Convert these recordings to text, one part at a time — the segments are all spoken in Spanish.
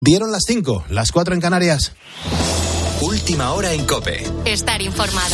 Dieron las 5, las 4 en Canarias. Última hora en COPE. Estar informado.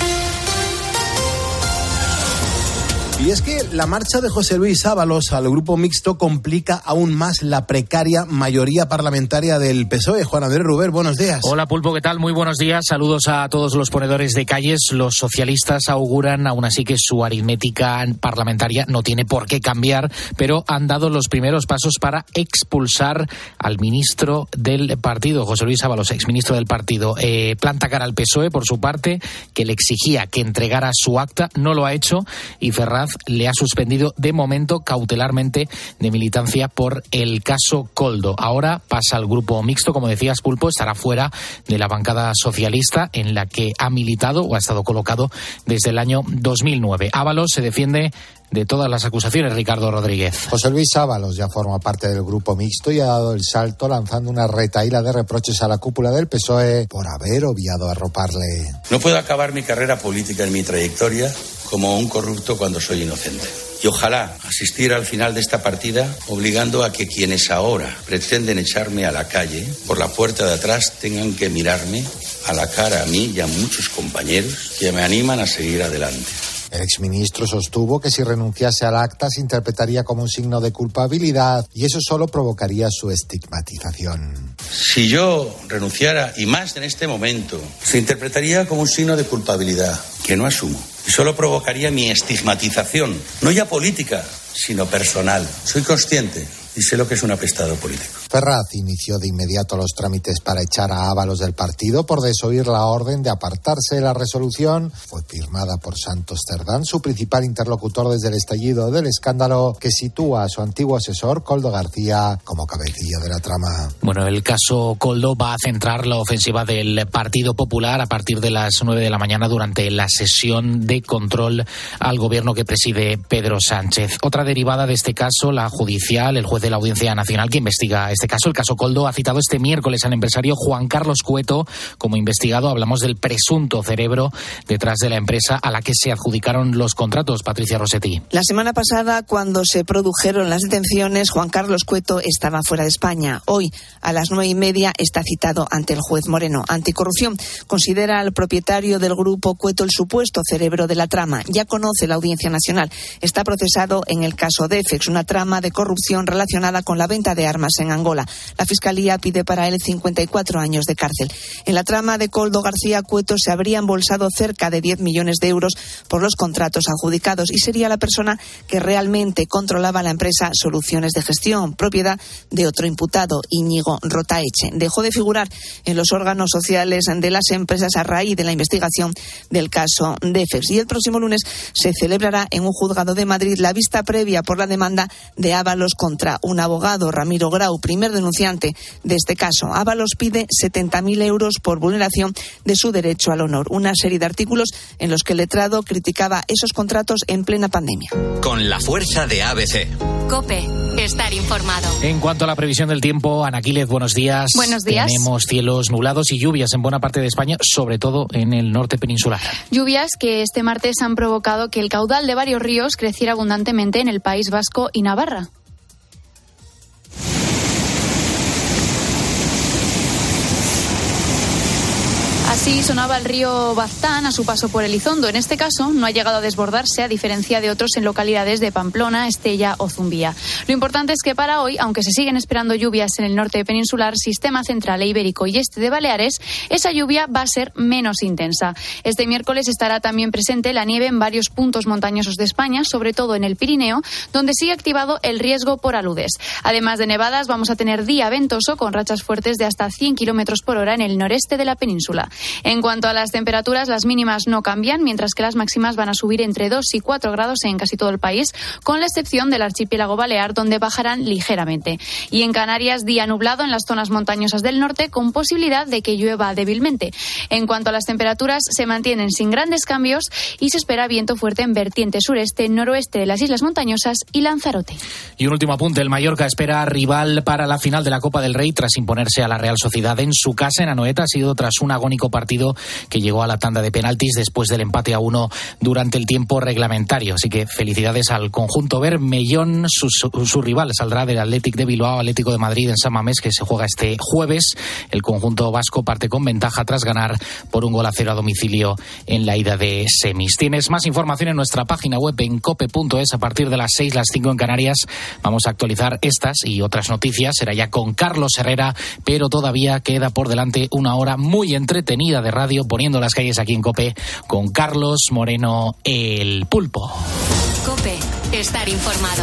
Y es que la marcha de José Luis Ábalos al grupo mixto complica aún más la precaria mayoría parlamentaria del PSOE. Juan Andrés Ruber, buenos días. Hola Pulpo, ¿qué tal? Muy buenos días. Saludos a todos los ponedores de calles. Los socialistas auguran aún así que su aritmética parlamentaria no tiene por qué cambiar, pero han dado los primeros pasos para expulsar al ministro del partido, José Luis Ábalos, exministro del partido. Planta cara al PSOE, por su parte, que le exigía que entregara su acta. No lo ha hecho y Ferraz le ha suspendido de momento cautelarmente de militancia por el caso Koldo. Ahora pasa al grupo mixto, como decías Pulpo, estará fuera de la bancada socialista en la que ha militado o ha estado colocado desde el año 2009. Ábalos se defiende de todas las acusaciones, Ricardo Rodríguez. José Luis Ábalos ya forma parte del grupo mixto y ha dado el salto lanzando una retahíla de reproches a la cúpula del PSOE por haber obviado arroparle. No puedo acabar mi carrera política en mi trayectoria como un corrupto cuando soy inocente. Y ojalá asistir al final de esta partida obligando a que quienes ahora pretenden echarme a la calle por la puerta de atrás tengan que mirarme a la cara a mí y a muchos compañeros que me animan a seguir adelante. El exministro sostuvo que si renunciase al acta se interpretaría como un signo de culpabilidad y eso solo provocaría su estigmatización. Si yo renunciara, y más en este momento, se interpretaría como un signo de culpabilidad que no asumo. Y solo provocaría mi estigmatización, no ya política, sino personal. Soy consciente y sé lo que es un apestado político. Ferraz inició de inmediato los trámites para echar a Ábalos del partido por desoír la orden de apartarse de la resolución. Fue firmada por Santos Cerdán, su principal interlocutor desde el estallido del escándalo, que sitúa a su antiguo asesor, Koldo García, como cabecilla de la trama. Bueno, el caso Koldo va a centrar la ofensiva del Partido Popular a partir de las 9 de la mañana durante la sesión de control al gobierno que preside Pedro Sánchez. Otra derivada de este caso, la judicial, el juez de la Audiencia Nacional que investiga este caso, el caso Koldo, ha citado este miércoles al empresario Juan Carlos Cueto como investigado. Hablamos del presunto cerebro detrás de la empresa a la que se adjudicaron los contratos. Patricia Rossetti. La semana pasada, cuando se produjeron las detenciones, Juan Carlos Cueto estaba fuera de España. Hoy, a las 9:30, está citado ante el juez Moreno. Anticorrupción considera al propietario del grupo Cueto el supuesto cerebro de la trama. Ya conoce la Audiencia Nacional. Está procesado en el caso Defex, una trama de corrupción relacionada con la venta de armas en Angola. La Fiscalía pide para él 54 años de cárcel. En la trama de Koldo García, Cueto se habría embolsado cerca de 10 millones de euros por los contratos adjudicados y sería la persona que realmente controlaba la empresa Soluciones de Gestión, propiedad de otro imputado, Íñigo Rotaeche. Dejó de figurar en los órganos sociales de las empresas a raíz de la investigación del caso Defex. Y el próximo lunes se celebrará en un juzgado de Madrid la vista previa por la demanda de Ábalos contra un abogado, Ramiro Grau, primer denunciante de este caso. Ábalos pide 70.000 euros por vulneración de su derecho al honor. Una serie de artículos en los que el letrado criticaba esos contratos en plena pandemia. Con la fuerza de ABC. COPE. Estar informado. En cuanto a la previsión del tiempo, Ana Quílez, buenos días. Buenos días. Tenemos cielos nublados y lluvias en buena parte de España, sobre todo en el norte peninsular. Lluvias que este martes han provocado que el caudal de varios ríos creciera abundantemente en el País Vasco y Navarra. Así sonaba el río Baztán a su paso por Elizondo. En este caso, no ha llegado a desbordarse, a diferencia de otros en localidades de Pamplona, Estella o Zumbía. Lo importante es que para hoy, aunque se siguen esperando lluvias en el norte peninsular, sistema central e ibérico y este de Baleares, esa lluvia va a ser menos intensa. Este miércoles estará también presente la nieve en varios puntos montañosos de España, sobre todo en el Pirineo, donde sigue activado el riesgo por aludes. Además de nevadas, vamos a tener día ventoso con rachas fuertes de hasta 100 kilómetros por hora en el noreste de la península. En cuanto a las temperaturas, las mínimas no cambian, mientras que las máximas van a subir entre 2 y 4 grados en casi todo el país, con la excepción del archipiélago balear, donde bajarán ligeramente. Y en Canarias, día nublado en las zonas montañosas del norte, con posibilidad de que llueva débilmente. En cuanto a las temperaturas, se mantienen sin grandes cambios y se espera viento fuerte en vertiente sureste, noroeste de las islas montañosas y Lanzarote. Y un último apunte, el Mallorca espera rival para la final de la Copa del Rey tras imponerse a la Real Sociedad en su casa en Anoeta. Ha sido tras un agónico partido partido que llegó a la tanda de penaltis después del empate a 1 durante el tiempo reglamentario. Así que felicidades al conjunto bermellón. Su rival saldrá del Athletic de Bilbao, Atlético de Madrid en San Mamés, que se juega este jueves. El conjunto vasco parte con ventaja tras ganar por 1-0 a domicilio en la ida de semis. Tienes más información en nuestra página web en cope.es a partir de las 6, las 5 en Canarias. Vamos a actualizar estas y otras noticias. Será ya con Carlos Herrera, pero todavía queda por delante una hora muy entretenida de radio poniendo las calles aquí en COPE con Carlos Moreno, el Pulpo. COPE, estar informado.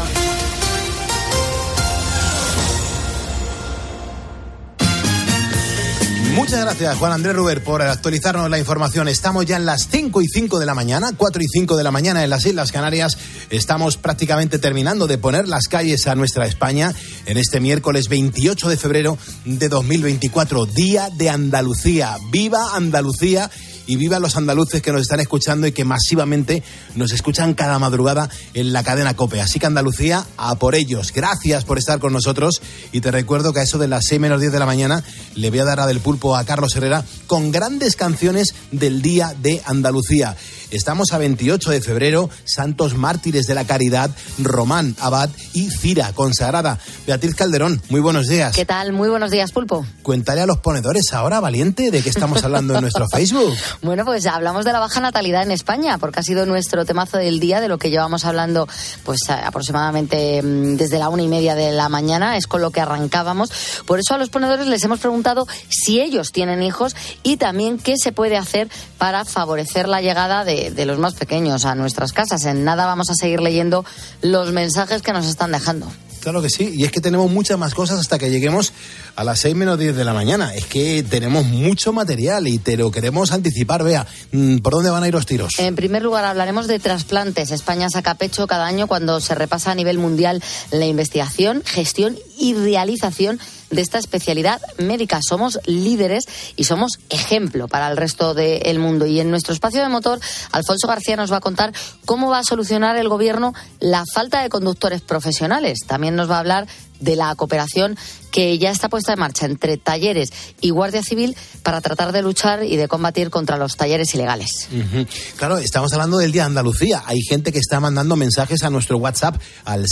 Muchas gracias, Juan Andrés Ruber, por actualizarnos la información. Estamos ya en las 5:05 de la mañana, 4:05 de la mañana en las Islas Canarias. Estamos prácticamente terminando de poner las calles a nuestra España en este miércoles 28 de febrero de 2024, Día de Andalucía. ¡Viva Andalucía! Y viva los andaluces que nos están escuchando y que masivamente nos escuchan cada madrugada en la cadena COPE. Así que Andalucía, a por ellos. Gracias por estar con nosotros y te recuerdo que a eso de las 6 menos 10 de la mañana le voy a dar a del pulpo a Carlos Herrera con grandes canciones del Día de Andalucía. Estamos a 28 de febrero, santos mártires de la caridad, Román Abad y Cira consagrada. Beatriz Calderón, muy buenos días. ¿Qué tal? Muy buenos días, Pulpo. Cuéntale a los ponedores ahora, valiente, de qué estamos hablando en nuestro Facebook. Bueno, pues hablamos de la baja natalidad en España, porque ha sido nuestro temazo del día, de lo que llevamos hablando pues aproximadamente desde la 1:30 de la mañana, es con lo que arrancábamos. Por eso a los ponedores les hemos preguntado si ellos tienen hijos y también qué se puede hacer para favorecer la llegada de los más pequeños a nuestras casas. En nada vamos a seguir leyendo los mensajes que nos están dejando. Claro que sí, y es que tenemos muchas más cosas hasta que lleguemos a las 6 menos 10 de la mañana. Es que tenemos mucho material y te lo queremos anticipar. Vea, ¿por dónde van a ir los tiros? En primer lugar, hablaremos de trasplantes. España saca pecho cada año cuando se repasa a nivel mundial la investigación, gestión y realización de esta especialidad médica. Somos líderes y somos ejemplo para el resto del mundo. Y en nuestro espacio de motor, Alfonso García nos va a contar cómo va a solucionar el gobierno la falta de conductores profesionales. También nos va a hablar de la cooperación que ya está puesta en marcha entre talleres y Guardia Civil para tratar de luchar y de combatir contra los talleres ilegales. Claro, estamos hablando del Día de Andalucía. Hay gente que está mandando mensajes a nuestro WhatsApp al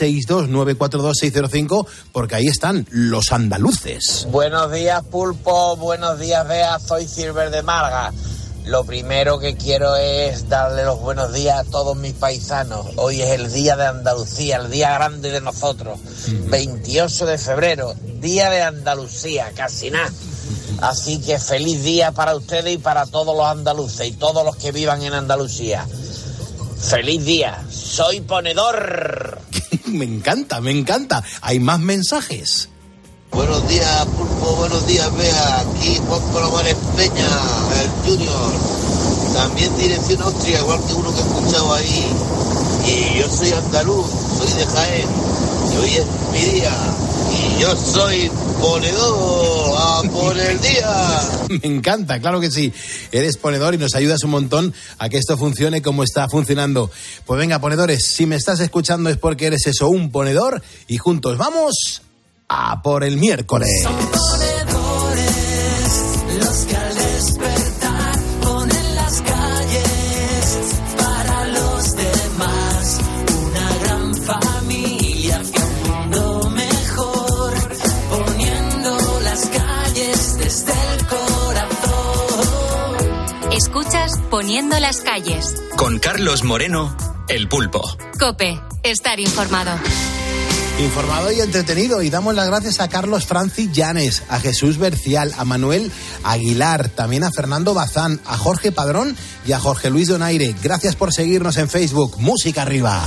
662-942-605 porque ahí están los andaluces. Buenos días, Pulpo. Buenos días, Bea. Soy Silver de Marga. Lo primero que quiero es darle los buenos días a todos mis paisanos. Hoy es el Día de Andalucía, el día grande de nosotros. 28 de febrero, Día de Andalucía, casi nada. Así que feliz día para ustedes y para todos los andaluces y todos los que vivan en Andalucía. ¡Feliz día! ¡Soy ponedor! Me encanta, me encanta. Hay más mensajes. Buenos días, Pulpo, buenos días, Bea. Aquí Juan Palomares Peña, el Junior. También dirección Austria, igual que uno que he escuchado ahí. Y yo soy andaluz, soy de Jaén. Y hoy es mi día. Y yo soy ponedor, a por el día. Me encanta, claro que sí. Eres ponedor y nos ayudas un montón a que esto funcione como está funcionando. Pues venga, ponedores, si me estás escuchando es porque eres eso, un ponedor. Y juntos vamos a por el miércoles. Son ponedores los que al despertar ponen las calles para los demás. Una gran familia hacia un mundo mejor, poniendo las calles desde el corazón. Escuchas Poniendo las calles. Con Carlos Moreno, el Pulpo. COPE, estar informado. Informado y entretenido, y damos las gracias a Carlos Francis Llanes, a Jesús Bercial, a Manuel Aguilar, también a Fernando Bazán, a Jorge Padrón y a Jorge Luis Donaire. Gracias por seguirnos en Facebook. Música arriba.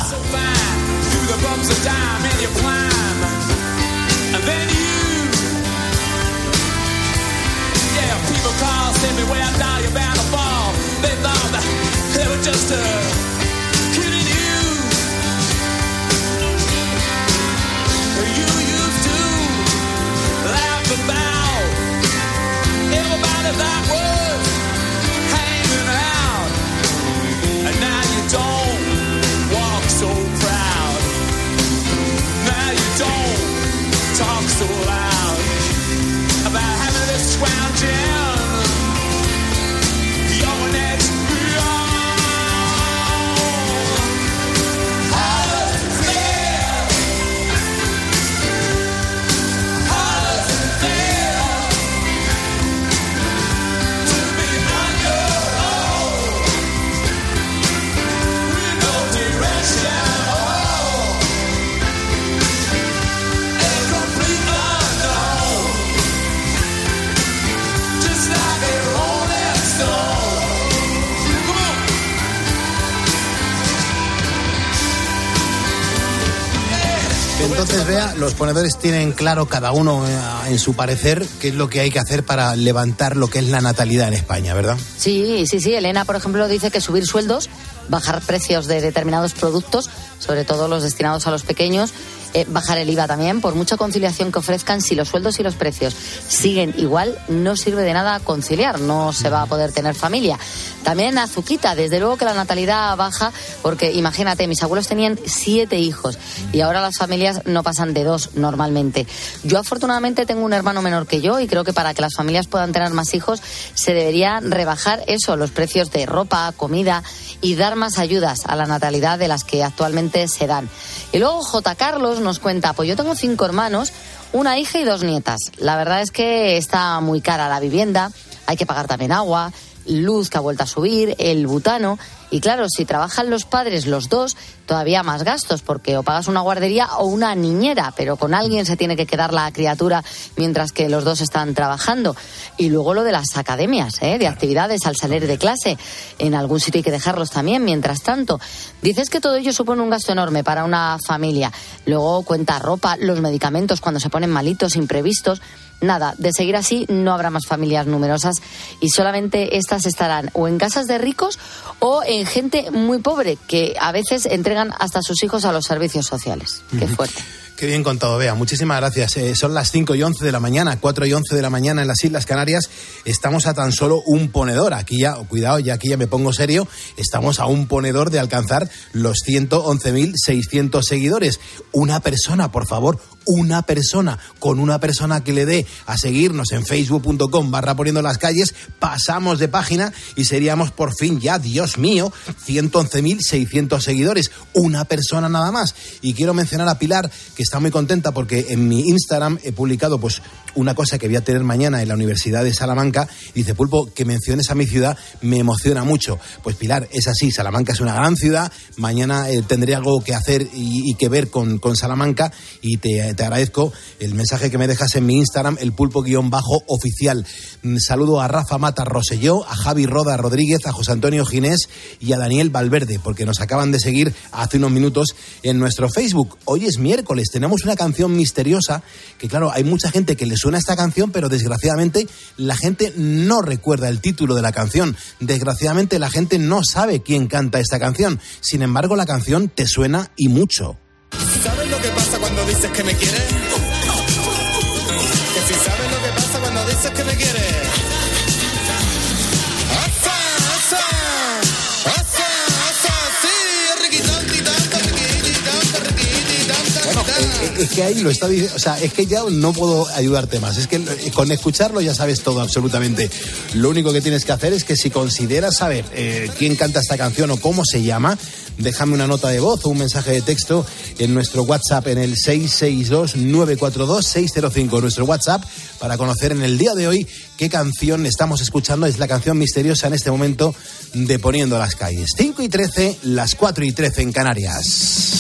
That was hanging out, and now you don't walk so proud. Now you don't talk so loud about having this scrounging entonces, Bea, los ponedores tienen claro cada uno en su parecer qué es lo que hay que hacer para levantar lo que es la natalidad en España, ¿verdad? Sí. Elena, por ejemplo, dice que subir sueldos, bajar precios de determinados productos, sobre todo los destinados a los pequeños, bajar el IVA también, por mucha conciliación que ofrezcan, si los sueldos y los precios siguen igual, no sirve de nada conciliar, no se va a poder tener familia. También Azuquita, desde luego que la natalidad baja, porque imagínate, mis abuelos tenían 7 hijos y ahora las familias no pasan de 2 normalmente. Yo afortunadamente tengo un hermano menor que yo y creo que para que las familias puedan tener más hijos se debería rebajar eso, los precios de ropa, comida y dar más ayudas a la natalidad de las que actualmente se dan. Y luego J. Carlos nos cuenta, pues yo tengo 5 hermanos, una hija y 2 nietas. La verdad es que está muy cara la vivienda, hay que pagar también agua, luz que ha vuelto a subir, el butano. Y claro, si trabajan los padres los dos, todavía más gastos, porque o pagas una guardería o una niñera, pero con alguien se tiene que quedar la criatura mientras que los dos están trabajando. Y luego lo de las academias, de actividades al salir de clase. En algún sitio hay que dejarlos también, mientras tanto. Dices que todo ello supone un gasto enorme para una familia. Luego cuenta ropa, los medicamentos cuando se ponen malitos, imprevistos. Nada, de seguir así no habrá más familias numerosas y solamente estas estarán o en casas de ricos o en gente muy pobre que a veces entregan hasta sus hijos a los servicios sociales. Qué fuerte. Qué bien contado, Bea. Muchísimas gracias. Son las 5:11 de la mañana, 4:11 de la mañana en las Islas Canarias. Estamos a tan solo un ponedor. Aquí ya, cuidado, aquí ya me pongo serio. Estamos a un ponedor de alcanzar los 111.600 seguidores. Una persona, por favor, una persona, con una persona que le dé a seguirnos en facebook.com/poniendo las calles, pasamos de página y seríamos por fin ya, Dios mío, 111.600 seguidores. Una persona nada más. Y quiero mencionar a Pilar, que está muy contenta porque en mi Instagram he publicado pues una cosa que voy a tener mañana en la Universidad de Salamanca. Dice, Pulpo, que menciones a mi ciudad me emociona mucho. Pues Pilar, es así, Salamanca es una gran ciudad. Mañana tendré algo que hacer y que ver con Salamanca y te agradezco el mensaje que me dejas en mi Instagram, el pulpo_oficial. Saludo a Rafa Mata Roselló, a Javi Roda Rodríguez, a José Antonio Ginés y a Daniel Valverde, porque nos acaban de seguir hace unos minutos en nuestro Facebook. Hoy es miércoles, tenemos una canción misteriosa que, claro, hay mucha gente que le suena esta canción, pero desgraciadamente la gente no recuerda el título de la canción. Desgraciadamente la gente no sabe quién canta esta canción. Sin embargo, la canción te suena y mucho. ¿Sabes lo que pasa cuando dices que me quieres? Que si sabes lo que pasa cuando dices que me quieres. Es que ahí lo está diciendo, o sea, es que ya no puedo ayudarte más. Es que con escucharlo ya sabes todo absolutamente. Lo único que tienes que hacer es que si consideras saber quién canta esta canción o cómo se llama, déjame una nota de voz o un mensaje de texto en nuestro WhatsApp en el 662-942-605, nuestro WhatsApp, para conocer en el día de hoy qué canción estamos escuchando. Es la canción misteriosa en este momento de Poniendo las Calles. 5:13, las 4:13 en Canarias.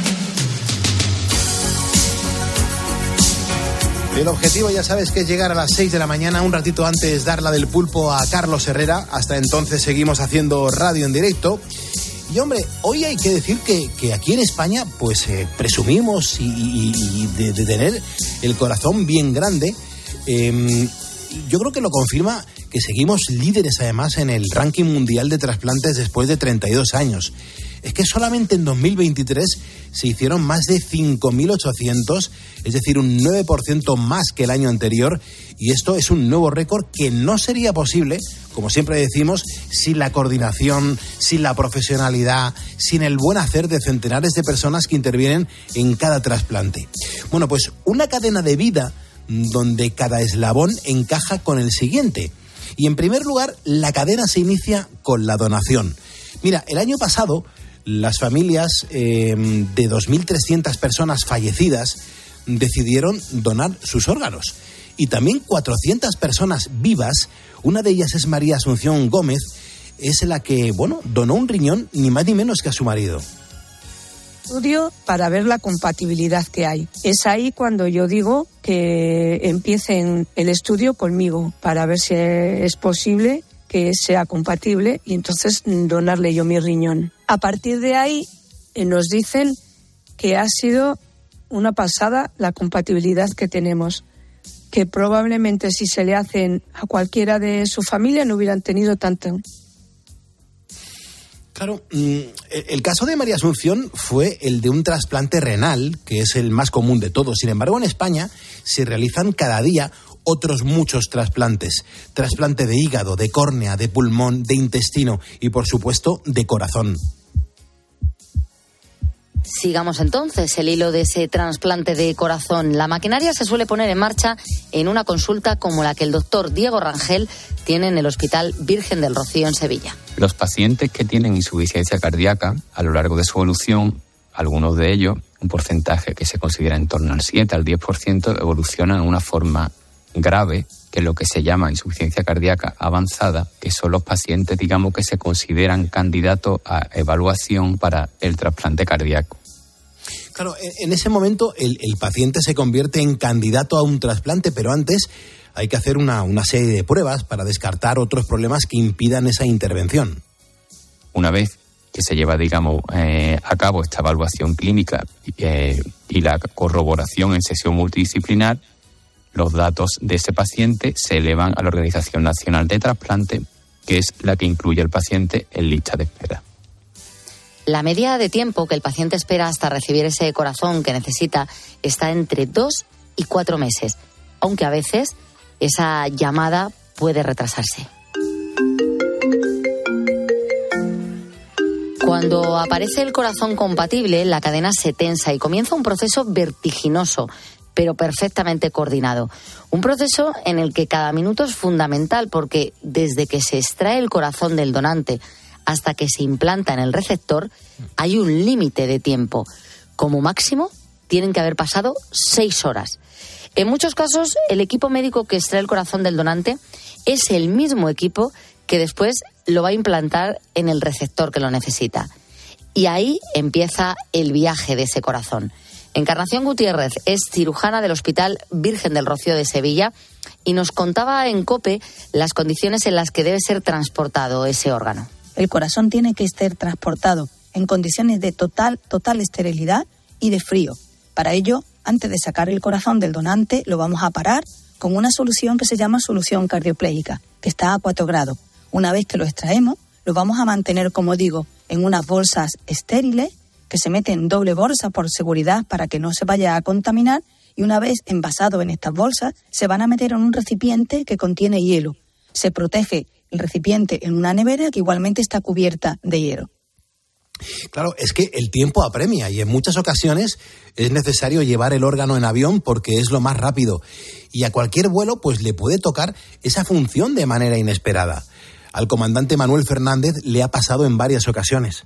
El objetivo, ya sabes, que es llegar a las 6 de la mañana, un ratito antes dar la del pulpo a Carlos Herrera. Hasta entonces seguimos haciendo radio en directo. Y hombre, hoy hay que decir que aquí en España pues presumimos y de tener el corazón bien grande. Yo creo que lo confirma que seguimos líderes además en el ranking mundial de trasplantes después de 32 años. Es que solamente en 2023 se hicieron más de 5.800, es decir, un 9% más que el año anterior, y esto es un nuevo récord que no sería posible, como siempre decimos, sin la coordinación, sin la profesionalidad, sin el buen hacer de centenares de personas que intervienen en cada trasplante. Bueno, pues una cadena de vida donde cada eslabón encaja con el siguiente. Y en primer lugar, la cadena se inicia con la donación. Mira, el año pasado las familias de 2.300 personas fallecidas decidieron donar sus órganos. Y también 400 personas vivas, una de ellas es María Asunción Gómez, es la que, donó un riñón ni más ni menos que a su marido. Estudio para ver la compatibilidad que hay. Es ahí cuando yo digo que empiecen el estudio conmigo para ver si es posible que sea compatible y entonces donarle yo mi riñón. A partir de ahí nos dicen que ha sido una pasada la compatibilidad que tenemos, que probablemente si se le hacen a cualquiera de su familia no hubieran tenido tanto. Claro, el caso de María Asunción fue el de un trasplante renal, que es el más común de todos. Sin embargo, en España se realizan cada día otros muchos trasplantes. Trasplante de hígado, de córnea, de pulmón, de intestino y, por supuesto, de corazón. Sigamos entonces el hilo de ese trasplante de corazón. La maquinaria se suele poner en marcha en una consulta como la que el doctor Diego Rangel tiene en el Hospital Virgen del Rocío en Sevilla. Los pacientes que tienen insuficiencia cardíaca a lo largo de su evolución, algunos de ellos, un porcentaje que se considera en torno al 7 al 10%, evolucionan en una forma grave, que es lo que se llama insuficiencia cardíaca avanzada, que son los pacientes, digamos, que se consideran candidatos a evaluación para el trasplante cardíaco. Claro, en ese momento el paciente se convierte en candidato a un trasplante, pero antes hay que hacer una serie de pruebas para descartar otros problemas que impidan esa intervención. Una vez que se lleva, digamos, a cabo esta evaluación clínica y la corroboración en sesión multidisciplinar, los datos de ese paciente se elevan a la Organización Nacional de Trasplante, que es la que incluye al paciente en lista de espera. La media de tiempo que el paciente espera hasta recibir ese corazón que necesita está entre 2 y 4 meses, aunque a veces esa llamada puede retrasarse. Cuando aparece el corazón compatible, la cadena se tensa y comienza un proceso vertiginoso, pero perfectamente coordinado. Un proceso en el que cada minuto es fundamental porque desde que se extrae el corazón del donante hasta que se implanta en el receptor, hay un límite de tiempo. Como máximo, tienen que haber pasado 6 horas. En muchos casos, el equipo médico que extrae el corazón del donante es el mismo equipo que después lo va a implantar en el receptor que lo necesita. Y ahí empieza el viaje de ese corazón. Encarnación Gutiérrez es cirujana del Hospital Virgen del Rocío de Sevilla y nos contaba en COPE las condiciones en las que debe ser transportado ese órgano. El corazón tiene que ser transportado en condiciones de total esterilidad y de frío. Para ello, antes de sacar el corazón del donante, lo vamos a parar con una solución que se llama solución cardioplégica, que está a 4 grados. Una vez que lo extraemos, lo vamos a mantener, como digo, en unas bolsas estériles, que se meten en doble bolsa por seguridad para que no se vaya a contaminar, y una vez envasado en estas bolsas, se van a meter en un recipiente que contiene hielo. Se protege el recipiente en una nevera que igualmente está cubierta de hielo. Claro, es que el tiempo apremia y en muchas ocasiones es necesario llevar el órgano en avión porque es lo más rápido. Y a cualquier vuelo pues le puede tocar esa función de manera inesperada. Al comandante Manuel Fernández le ha pasado en varias ocasiones.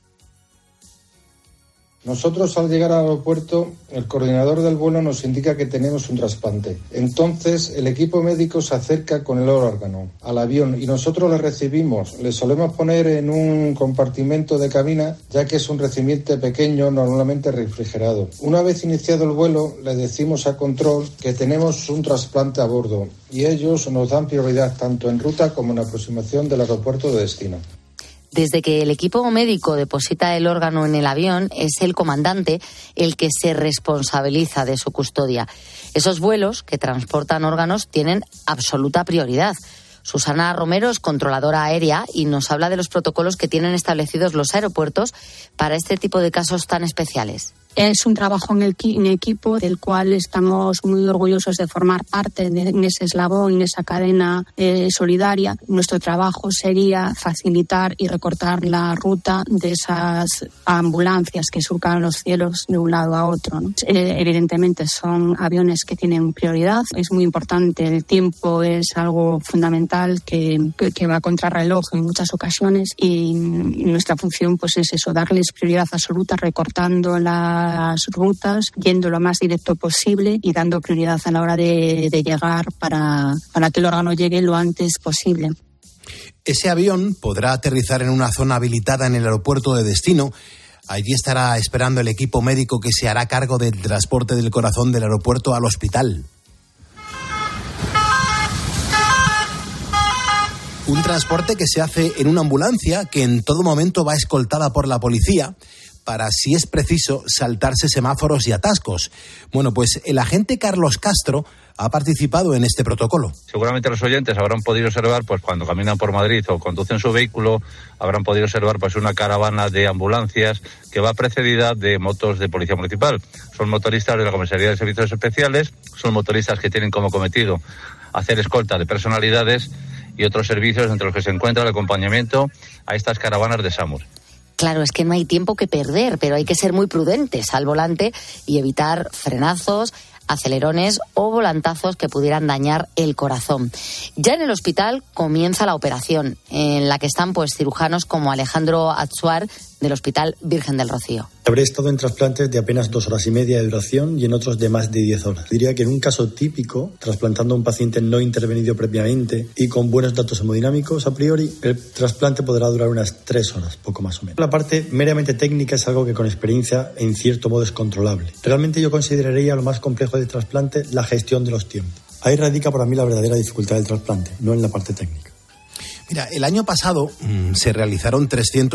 Nosotros al llegar al aeropuerto, el coordinador del vuelo nos indica que tenemos un trasplante. Entonces el equipo médico se acerca con el órgano al avión y nosotros le recibimos. Le solemos poner en un compartimento de cabina, ya que es un recipiente pequeño, normalmente refrigerado. Una vez iniciado el vuelo, le decimos a control que tenemos un trasplante a bordo y ellos nos dan prioridad tanto en ruta como en aproximación del aeropuerto de destino. Desde que el equipo médico deposita el órgano en el avión, es el comandante el que se responsabiliza de su custodia. Esos vuelos que transportan órganos tienen absoluta prioridad. Susana Romero es controladora aérea y nos habla de los protocolos que tienen establecidos los aeropuertos para este tipo de casos tan especiales. Es un trabajo en equipo del cual estamos muy orgullosos de formar parte en ese eslabón, en esa cadena solidaria. Nuestro trabajo sería facilitar y recortar la ruta de esas ambulancias que surcan los cielos de un lado a otro, ¿no? Evidentemente son aviones que tienen prioridad. Es muy importante, el tiempo es algo fundamental que va contra reloj en muchas ocasiones y nuestra función pues es eso, darles prioridad absoluta, recortando las rutas, yendo lo más directo posible y dando prioridad a la hora de llegar para que el órgano llegue lo antes posible. Ese avión podrá aterrizar en una zona habilitada en el aeropuerto de destino. Allí estará esperando el equipo médico que se hará cargo del transporte del corazón del aeropuerto al hospital. Un transporte que se hace en una ambulancia que en todo momento va escoltada por la policía para, si es preciso, saltarse semáforos y atascos. Bueno, pues el agente Carlos Castro ha participado en este protocolo. Seguramente los oyentes habrán podido observar, pues cuando caminan por Madrid o conducen su vehículo, habrán podido observar pues una caravana de ambulancias que va precedida de motos de policía municipal. Son motoristas de la Comisaría de Servicios Especiales, son motoristas que tienen como cometido hacer escolta de personalidades y otros servicios entre los que se encuentra el acompañamiento a estas caravanas de SAMUR. Claro, es que no hay tiempo que perder, pero hay que ser muy prudentes al volante y evitar frenazos, acelerones o volantazos que pudieran dañar el corazón. Ya en el hospital comienza la operación, en la que están pues cirujanos como Alejandro Atsuar del Hospital Virgen del Rocío. Habré estado en trasplantes de apenas 2 horas y media de duración y en otros de más de 10 horas. Diría que en un caso típico, trasplantando a un paciente no intervenido previamente y con buenos datos hemodinámicos a priori, el trasplante podrá durar unas 3 horas, poco más o menos. La parte meramente técnica es algo que con experiencia en cierto modo es controlable. Realmente yo consideraría lo más complejo del trasplante la gestión de los tiempos. Ahí radica para mí la verdadera dificultad del trasplante, no en la parte técnica. Mira, el año pasado se realizaron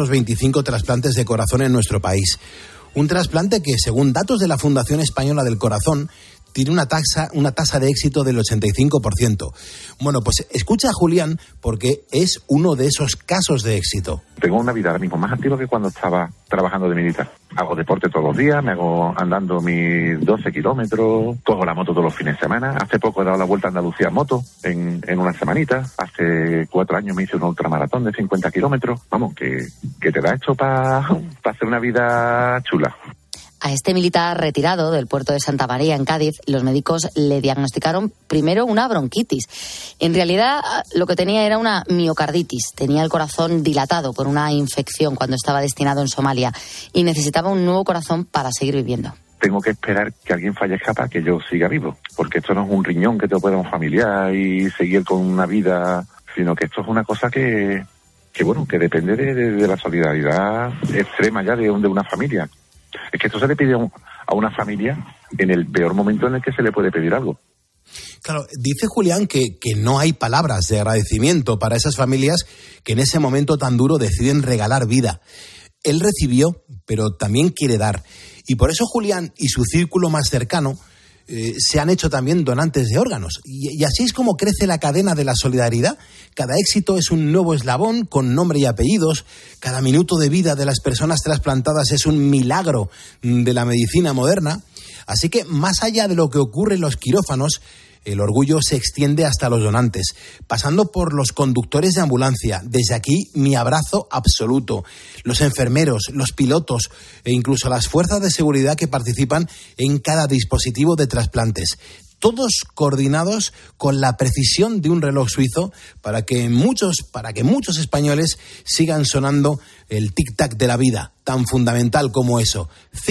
325 trasplantes de corazón en nuestro país. Un trasplante que, según datos de la Fundación Española del Corazón, tiene una tasa de éxito del 85%. Bueno, pues escucha a Julián porque es uno de esos casos de éxito. Tengo una vida ahora mismo más activa que cuando estaba trabajando de militar. Hago deporte todos los días, me hago andando mis 12 kilómetros, cojo la moto todos los fines de semana. Hace poco he dado la vuelta a Andalucía en moto, en una semanita. Hace 4 años me hice un ultramaratón de 50 kilómetros. Vamos, que te da esto para hacer una vida chula. A este militar retirado del puerto de Santa María, en Cádiz, los médicos le diagnosticaron primero una bronquitis. En realidad, lo que tenía era una miocarditis. Tenía el corazón dilatado por una infección cuando estaba destinado en Somalia y necesitaba un nuevo corazón para seguir viviendo. Tengo que esperar que alguien fallezca para que yo siga vivo, porque esto no es un riñón que te pueda un familiar y seguir con una vida, sino que esto es una cosa que depende de la solidaridad extrema ya de una familia. Es que esto se le pide a una familia en el peor momento en el que se le puede pedir algo. Claro, dice Julián que no hay palabras de agradecimiento para esas familias que en ese momento tan duro deciden regalar vida. Él recibió, pero también quiere dar. Y por eso Julián y su círculo más cercano se han hecho también donantes de órganos. Y así es como crece la cadena de la solidaridad. Cada éxito es un nuevo eslabón con nombre y apellidos. Cada minuto de vida de las personas trasplantadas es un milagro de la medicina moderna. Así que, más allá de lo que ocurre en los quirófanos, el orgullo se extiende hasta los donantes, pasando por los conductores de ambulancia. Desde aquí, mi abrazo absoluto. Los enfermeros, los pilotos e incluso las fuerzas de seguridad que participan en cada dispositivo de trasplantes. Todos coordinados con la precisión de un reloj suizo para que muchos españoles sigan sonando el tic-tac de la vida, tan fundamental como eso.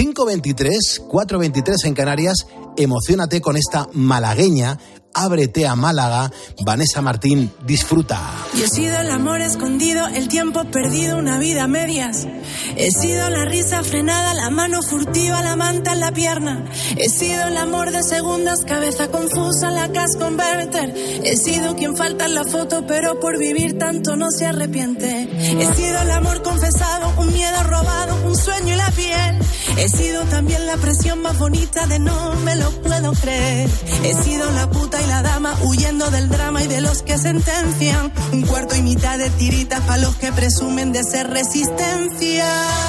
5:23, 4:23 en Canarias, emociónate con esta malagueña, Ábrete a Málaga, Vanessa Martín, disfruta. Yo he sido el amor escondido, el tiempo perdido, una vida a medias. He sido la risa frenada, la mano furtiva, la manta en la pierna. He sido el amor de segundas, cabeza confusa, la cash converter. He sido quien falta en la foto, pero por vivir tanto no se arrepiente. He sido el amor confesado, un miedo robado, un sueño y la piel. He sido también la presión más bonita de no me lo puedo creer. He sido la puta y la dama huyendo del drama y de los que sentencian. Un cuarto y mitad de tiritas para los que presumen de ser resistencia.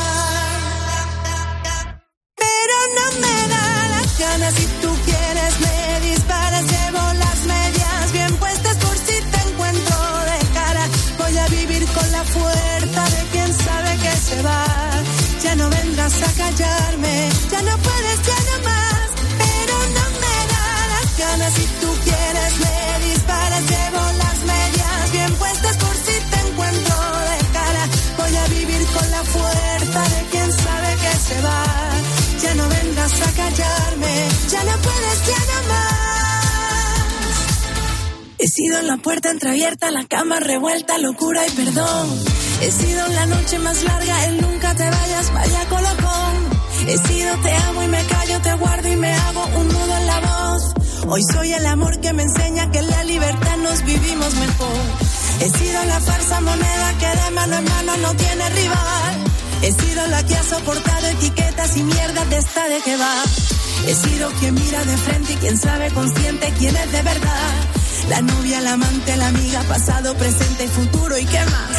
Pero no me da las ganas, si tú quieres me disparas. Llevo las medias bien puestas por si te encuentro de cara. Voy a vivir con la fuerza de quien sabe que se va. Ya no vendrás a callarme, ya no puedes, ya no más. Pero no me da las ganas, si tú quieres me disparas. Llevo las medias bien puestas por si te encuentro de cara. Voy a vivir con la fuerza de quien sabe que se va. Ya no vengas a callarme, ya no puedes, ya no más. He sido la puerta entreabierta, la cama revuelta, locura y perdón. He sido la noche más larga, el nunca te vayas, vaya colocón. He sido te amo y me callo, te guardo y me hago un nudo en la voz. Hoy soy el amor que me enseña que en la libertad nos vivimos mejor. He sido la farsa moneda que de mano en mano no tiene rival. He sido la que ha soportado etiquetas y mierdas de esta de que va. He sido quien mira de frente y quien sabe consciente quién es de verdad. La novia, la amante, la amiga, pasado, presente y futuro y qué más.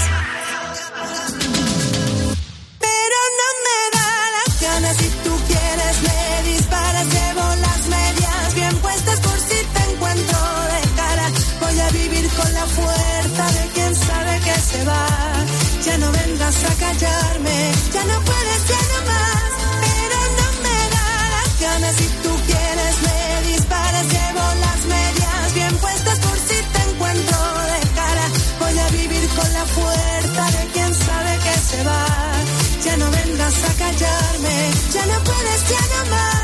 Pero no me da las ganas, si tú quieres me disparas, llevo las medias bien puestas por si te encuentro de cara. Voy a vivir con la fuerza de quien sabe que se va. Ya no vengas a callarme, ya no puedes, ya no más. Pero no me da las ganas, si tú quieres me disparas, llevo las medias bien puestas por si te encuentro de cara. Voy a vivir con la fuerza de quien sabe que se va. Ya no vengas a callarme, ya no puedes, ya no más.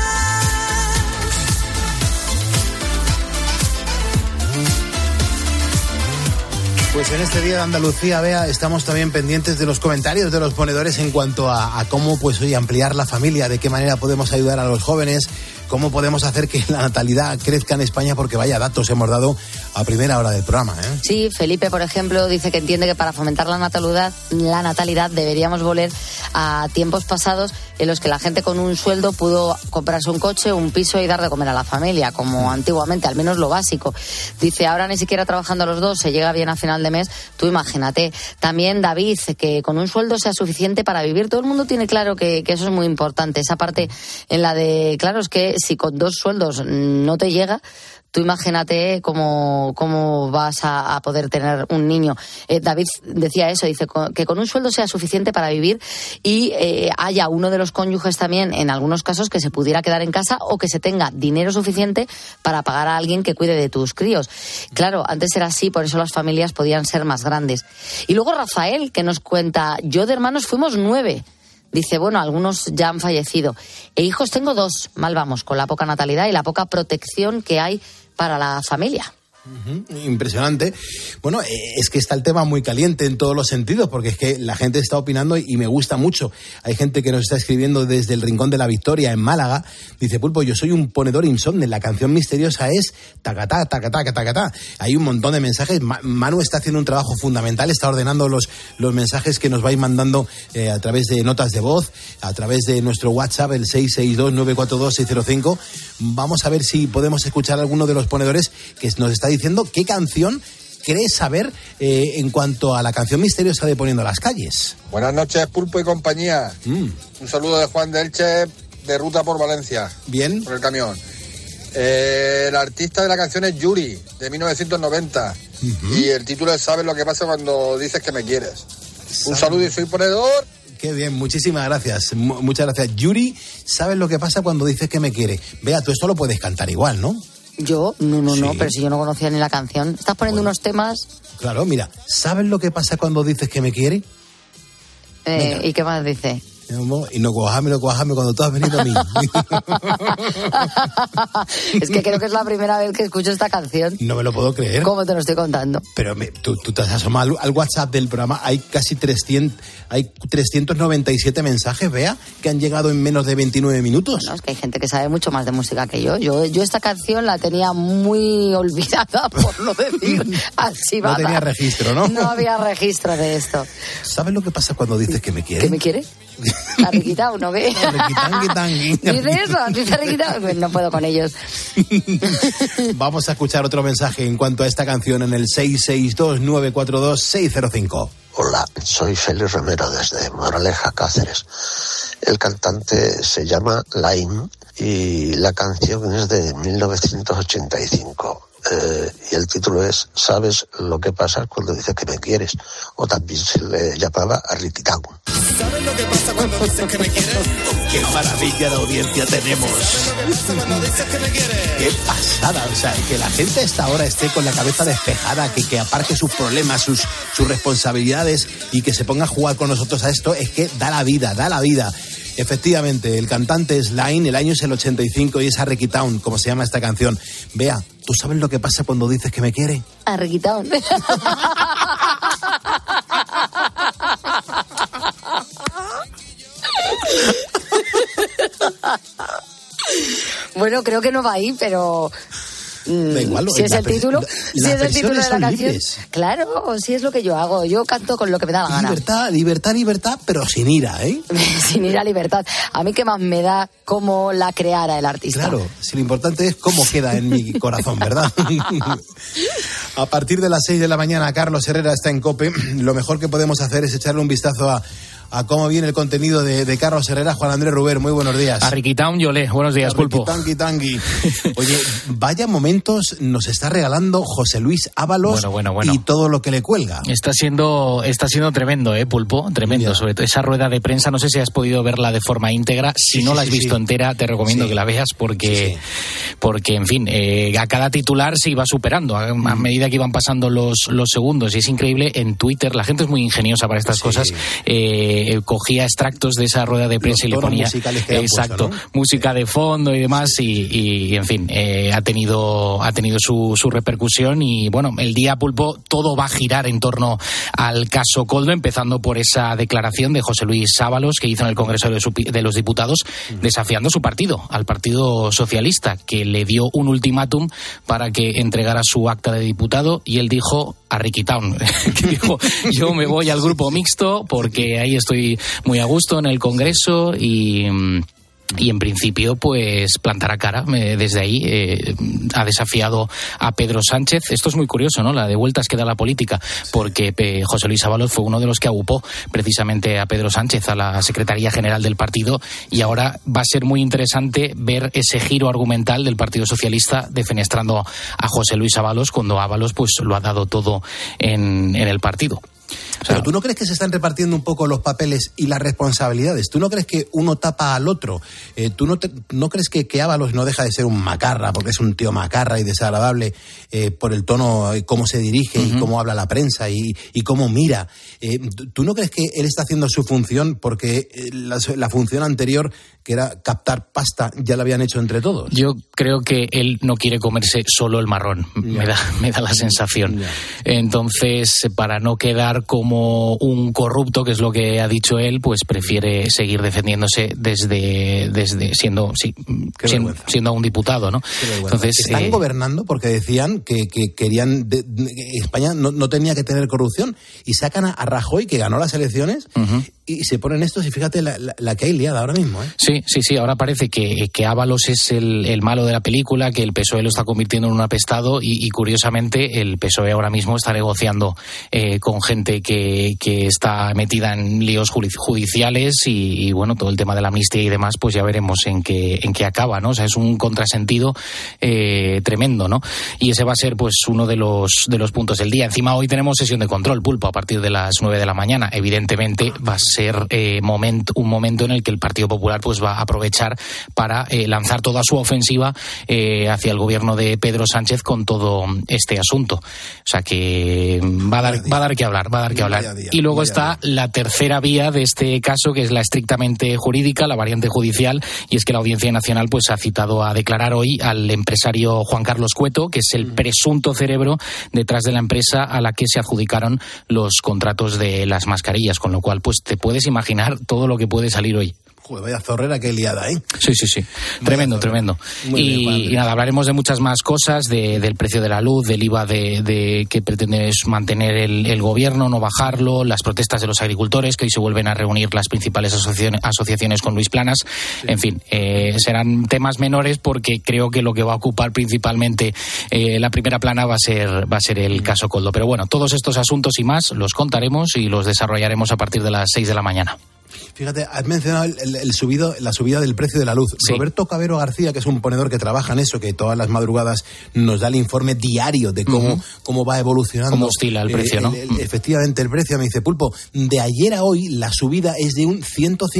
Pues en este día de Andalucía, Bea, estamos también pendientes de los comentarios de los ponedores en cuanto a cómo, pues, hoy ampliar la familia, de qué manera podemos ayudar a los jóvenes, cómo podemos hacer que la natalidad crezca en España, porque vaya datos hemos dado a primera hora del programa, ¿eh? Sí, Felipe, por ejemplo, dice que entiende que para fomentar la natalidad deberíamos volver a tiempos pasados en los que la gente con un sueldo pudo comprarse un coche, un piso y dar de comer a la familia, como antiguamente, al menos lo básico. Dice, ahora ni siquiera trabajando los dos se llega bien a final de mes, tú imagínate. También David, que con un sueldo sea suficiente para vivir. Todo el mundo tiene claro que eso es muy importante, esa parte en la de, claro, es que si con 2 sueldos no te llega, tú imagínate cómo vas a poder tener un niño. David decía eso, dice que con un sueldo sea suficiente para vivir y haya uno de los cónyuges también, en algunos casos, que se pudiera quedar en casa o que se tenga dinero suficiente para pagar a alguien que cuide de tus críos. Claro, antes era así, por eso las familias podían ser más grandes. Y luego Rafael, que nos cuenta, yo de hermanos fuimos 9. Dice, bueno, algunos ya han fallecido. E hijos tengo 2. Mal vamos, con la poca natalidad y la poca protección que hay para la familia. Impresionante. Bueno, es que está el tema muy caliente en todos los sentidos, porque es que la gente está opinando y me gusta mucho. Hay gente que nos está escribiendo desde el Rincón de la Victoria en Málaga. Dice, Pulpo, yo soy un ponedor insomne, la canción misteriosa es tacatá, tacatá, tacatá. Hay un montón de mensajes. Manu está haciendo un trabajo fundamental, está ordenando los mensajes que nos vais mandando a través de notas de voz, a través de nuestro WhatsApp, el 662-942-605. Vamos a ver si podemos escuchar a alguno de los ponedores que nos está diciendo qué canción crees saber en cuanto a la canción misteriosa de Poniendo las Calles. Buenas noches, Pulpo y compañía. Un saludo de Juan de Elche, de ruta por Valencia. Bien. Por el camión. El artista de la canción es Yuri, de 1990. Y el título es ¿Sabes lo que pasa cuando dices que me quieres? Un saludo y soy ponedor. Qué bien, muchísimas gracias. Muchas gracias. Yuri, ¿sabes lo que pasa cuando dices que me quiere? Vea, tú esto lo puedes cantar igual, ¿no? Yo, no, pero si yo no conocía ni la canción. Estás poniendo unos temas. Claro, mira, ¿sabes lo que pasa cuando dices que me quiere? ¿Y qué más dice? Y no cuajame cuando tú has venido a mí. Es que creo que es la primera vez que escucho esta canción. No me lo puedo creer. ¿Cómo te lo estoy contando? Pero tú te has asomado al WhatsApp del programa. Hay casi 397 mensajes, Bea, que han llegado en menos de 29 minutos. No, es que hay gente que sabe mucho más de música que yo. Yo esta canción la tenía muy olvidada, por no decir archivada. No tenía registro, ¿no? No había registro de esto. ¿Sabes lo que pasa cuando dices que me quiere? ¿Que me quiere? Arriquitao, ¿no ve? ¿Dice eso? ¿Dice arriquitao? Pues no puedo con ellos. Vamos a escuchar otro mensaje en cuanto a esta canción en el 662-942-605. Hola, soy Félix Romero desde Moraleja, Cáceres. El cantante se llama Lain y la canción es de 1985. Y el título es ¿Sabes lo que pasa cuando dices que me quieres? O también se le llamaba Arriquitao. ¿Sabes lo que pasa cuando dices que me quieres? ¡Qué maravilla de audiencia tenemos! ¿Sabes lo que pasa cuando dices que me quieres? ¡Qué pasada! O sea, que la gente a esta hora esté con la cabeza despejada, que aparque sus problemas, sus responsabilidades y que se ponga a jugar con nosotros a esto, es que da la vida, da la vida. Efectivamente, el cantante es Line, el año es el 85 y es Arriquitao, como se llama esta canción. Bea, ¿tú sabes lo que pasa cuando dices que me quiere? Arriquitao. Bueno, creo que no va ahí, pero Da igual, si es el título, si es el título de la canción. Libres. Claro, si es lo que yo hago. Yo canto con lo que me da la gana. Libertad, pero sin ira, ¿eh? Sin ira, libertad. A mí qué más me da cómo la creara el artista. Claro, si lo importante es cómo queda en mi corazón, ¿verdad? A partir de las 6 de la mañana, Carlos Herrera está en COPE. Lo mejor que podemos hacer es echarle un vistazo a cómo viene el contenido de Carlos Herrera. Juan Andrés Ruber, muy buenos días. A Riquitown, Yolé, buenos días, Pulpo. Tangui. Oye, vaya momentos nos está regalando José Luis Ábalos bueno. Y todo lo que le cuelga. Está siendo tremendo, Pulpo, tremendo. Sobre todo esa rueda de prensa, no sé si has podido verla de forma íntegra. Si no la has visto entera, te recomiendo que la veas porque en fin, a cada titular se iba superando a medida que iban pasando los segundos. Y es increíble, en Twitter, la gente es muy ingeniosa para estas cosas. Cogía extractos de esa rueda de prensa y le ponía música de fondo y demás y en fin, ha tenido su repercusión. Y bueno, el día, Pulpo, todo va a girar en torno al caso Koldo, empezando por esa declaración de José Luis Ábalos que hizo en el Congreso de los Diputados, desafiando a su partido, al Partido Socialista, que le dio un ultimátum para que entregara su acta de diputado, y él dijo a Riquitown, que dijo: yo me voy al grupo mixto porque ahí estoy muy a gusto en el Congreso y en principio pues plantará cara desde ahí. Ha desafiado a Pedro Sánchez. Esto es muy curioso, ¿no? La de vueltas que da la política, porque José Luis Ábalos fue uno de los que agupó precisamente a Pedro Sánchez a la Secretaría General del partido, y ahora va a ser muy interesante ver ese giro argumental del Partido Socialista defenestrando a José Luis Ábalos, cuando Ábalos pues lo ha dado todo en el partido. O sea, pero ¿tú no crees que se están repartiendo un poco los papeles y las responsabilidades? ¿Tú no crees que uno tapa al otro? ¿Tú no crees que Ábalos no deja de ser un macarra, porque es un tío macarra y desagradable por el tono, cómo se dirige y cómo habla la prensa y cómo mira? ¿Tú no crees que él está haciendo su función porque la función anterior, que era captar pasta, ya la habían hecho entre todos? Yo creo que él no quiere comerse solo el marrón, me da la sensación. Entonces, para no quedar como un corrupto, que es lo que ha dicho él, pues prefiere seguir defendiéndose desde siendo un diputado, ¿no? Entonces, están gobernando porque decían que querían España no tenía que tener corrupción, y sacan a Rajoy, que ganó las elecciones, y se ponen estos, y fíjate la que hay liada ahora mismo, ¿eh? Sí, ahora parece que Ábalos es el malo de la película, que el PSOE lo está convirtiendo en un apestado, y curiosamente el PSOE ahora mismo está negociando con gente que está metida en líos judiciales, y bueno, todo el tema de la amnistía y demás, pues ya veremos en qué acaba, ¿no? O sea, es un contrasentido tremendo, ¿no? Y ese va a ser pues uno de los puntos del día. Encima hoy tenemos sesión de control, Pulpo, a partir de las 9 de la mañana. Evidentemente va a ser un momento en el que el Partido Popular pues va a aprovechar para lanzar toda su ofensiva hacia el gobierno de Pedro Sánchez con todo este asunto. O sea que va a dar que hablar. Y luego está la tercera vía de este caso, que es la estrictamente jurídica, la variante judicial, y es que la Audiencia Nacional pues ha citado a declarar hoy al empresario Juan Carlos Cueto, que es el presunto cerebro detrás de la empresa a la que se adjudicaron los contratos de las mascarillas, con lo cual pues te puedes imaginar todo lo que puede salir hoy. Joder, vaya zorrera, qué liada, ¿eh? Sí. Tremendo. Y nada, hablaremos de muchas más cosas, del precio de la luz, del IVA de que pretende mantener el gobierno, no bajarlo, las protestas de los agricultores, que hoy se vuelven a reunir las principales asociaciones con Luis Planas. En fin, serán temas menores, porque creo que lo que va a ocupar principalmente la primera plana va a ser el caso Koldo. Pero bueno, todos estos asuntos y más los contaremos y los desarrollaremos a partir de las 6 de la mañana. Fíjate, has mencionado la subida del precio de la luz. Sí. Roberto Cabero García, que es un ponedor que trabaja en eso, que todas las madrugadas nos da el informe diario de cómo va evolucionando. Cómo oscila el precio, ¿no? Efectivamente, el precio. Me dice: Pulpo, de ayer a hoy la subida es de un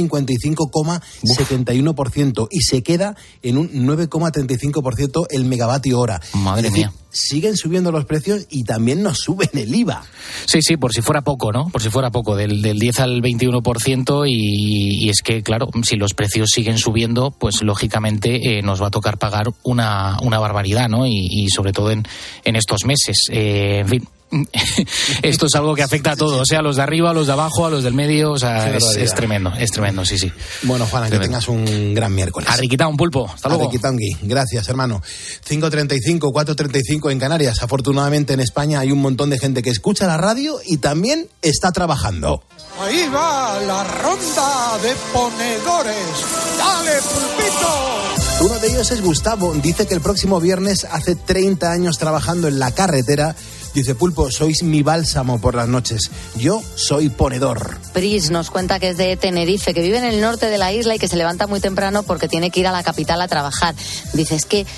155,71% y se queda en un 9,35% el megavatio hora. Madre mía. Siguen subiendo los precios y también nos suben el IVA. Sí, por si fuera poco, ¿no? Por si fuera poco, del 10 al 21%, y es que, claro, si los precios siguen subiendo, pues lógicamente nos va a tocar pagar una barbaridad, ¿no? Y sobre todo en estos meses. En fin, esto es algo que afecta a todos, o sea, a los de arriba, a los de abajo, a los del medio, o sea, es tremendo, sí. Bueno, Juana, que tengas un gran miércoles. Arriquitao, un pulpo, hasta luego. Arriquitaungui, gracias, hermano. 5:35, 4:35 en Canarias. Afortunadamente en España hay un montón de gente que escucha la radio y también está trabajando. Ahí va la ronda de ponedores. ¡Dale, pulpito! Uno de ellos es Gustavo. Dice que el próximo viernes hace 30 años trabajando en la carretera. Dice, Pulpo, sois mi bálsamo por las noches. Yo soy ponedor. Pris nos cuenta que es de Tenerife, que vive en el norte de la isla y que se levanta muy temprano porque tiene que ir a la capital a trabajar. Dice, es que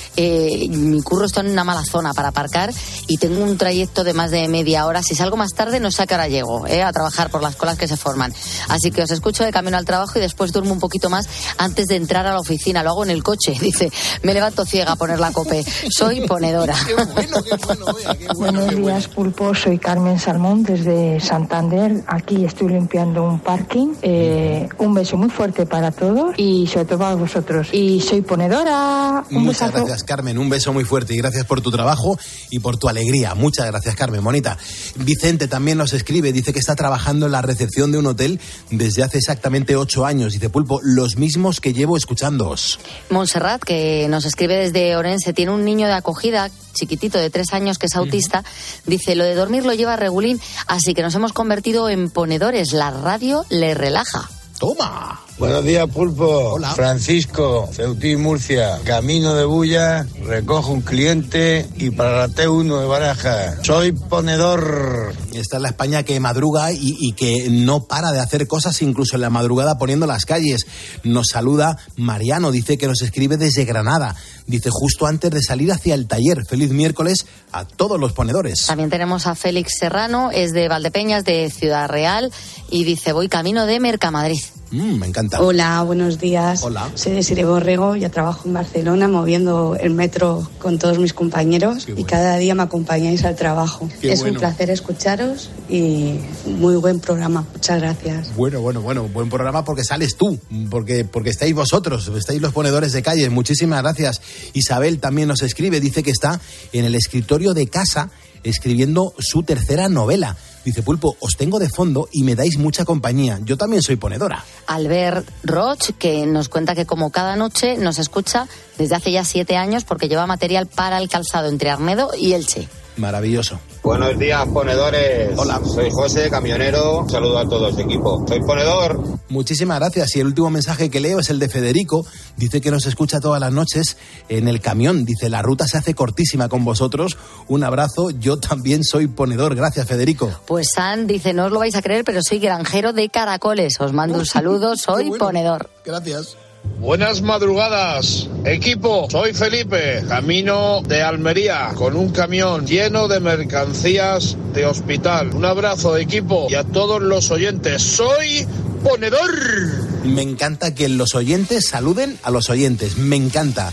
mi curro está en una mala zona para aparcar y tengo un trayecto de más de media hora. Si salgo más tarde no sé a qué hora llego a trabajar por las colas que se forman. Así que os escucho de camino al trabajo y después duermo un poquito más antes de entrar a la oficina. Lo hago en el coche. Dice, me levanto ciega a poner la COPE. Soy ponedora. Qué bueno, vea, qué bueno. Buenos días, Pulpo. Soy Carmen Salmón desde Santander. Aquí estoy limpiando un parking. Un beso muy fuerte para todos y sobre todo para vosotros. Y soy ponedora. Muchas gracias, Carmen. Un beso muy fuerte y gracias por tu trabajo y por tu alegría. Muchas gracias, Carmen, bonita. Vicente también nos escribe. Dice que está trabajando en la recepción de un hotel desde hace exactamente 8 años. Dice, Pulpo, los mismos que llevo escuchándoos. Montserrat, que nos escribe desde Orense, tiene un niño de acogida chiquitito de 3 años que es autista. Dice, lo de dormir lo lleva regulín, así que nos hemos convertido en ponedores. La radio le relaja. ¡Toma! Buenos días, Pulpo. Hola. Francisco, Ceutí, Murcia. Camino de Bulla, recojo un cliente y para la T1 de Baraja. Soy ponedor. Esta es la España que madruga y que no para de hacer cosas, incluso en la madrugada poniendo las calles. Nos saluda Mariano, dice que nos escribe desde Granada. Dice, justo antes de salir hacia el taller. Feliz miércoles a todos los ponedores. También tenemos a Félix Serrano, es de Valdepeñas, de Ciudad Real, y dice, voy camino de Mercamadrid. Me encanta. Hola, buenos días. Hola. Soy Desiree Borrego, ya trabajo en Barcelona moviendo el metro con todos mis compañeros y cada día me acompañáis al trabajo. Es un placer escucharos y muy buen programa. Muchas gracias. Bueno, buen programa porque sales tú, porque estáis vosotros, estáis los ponedores de calle. Muchísimas gracias. Isabel también nos escribe, dice que está en el escritorio de casa escribiendo su tercera novela. Dice, Pulpo, os tengo de fondo y me dais mucha compañía. Yo también soy ponedora. Albert Roch, que nos cuenta que como cada noche nos escucha desde hace ya 7 años porque lleva material para el calzado entre Arnedo y Elche. Maravilloso. Buenos días, ponedores. Hola. Soy José, camionero. Saludo a todos, equipo. Soy ponedor. Muchísimas gracias. Y el último mensaje que leo es el de Federico. Dice que nos escucha todas las noches en el camión. Dice, la ruta se hace cortísima con vosotros. Un abrazo. Yo también soy ponedor. Gracias, Federico. Pues San dice, no os lo vais a creer, pero soy granjero de caracoles. Os mando un saludo. Soy ponedor. Gracias. Buenas madrugadas, equipo. Soy Felipe, camino de Almería, con un camión lleno de mercancías de hospital. Un abrazo, equipo, y a todos los oyentes. Soy ponedor. Me encanta que los oyentes saluden a los oyentes. Me encanta.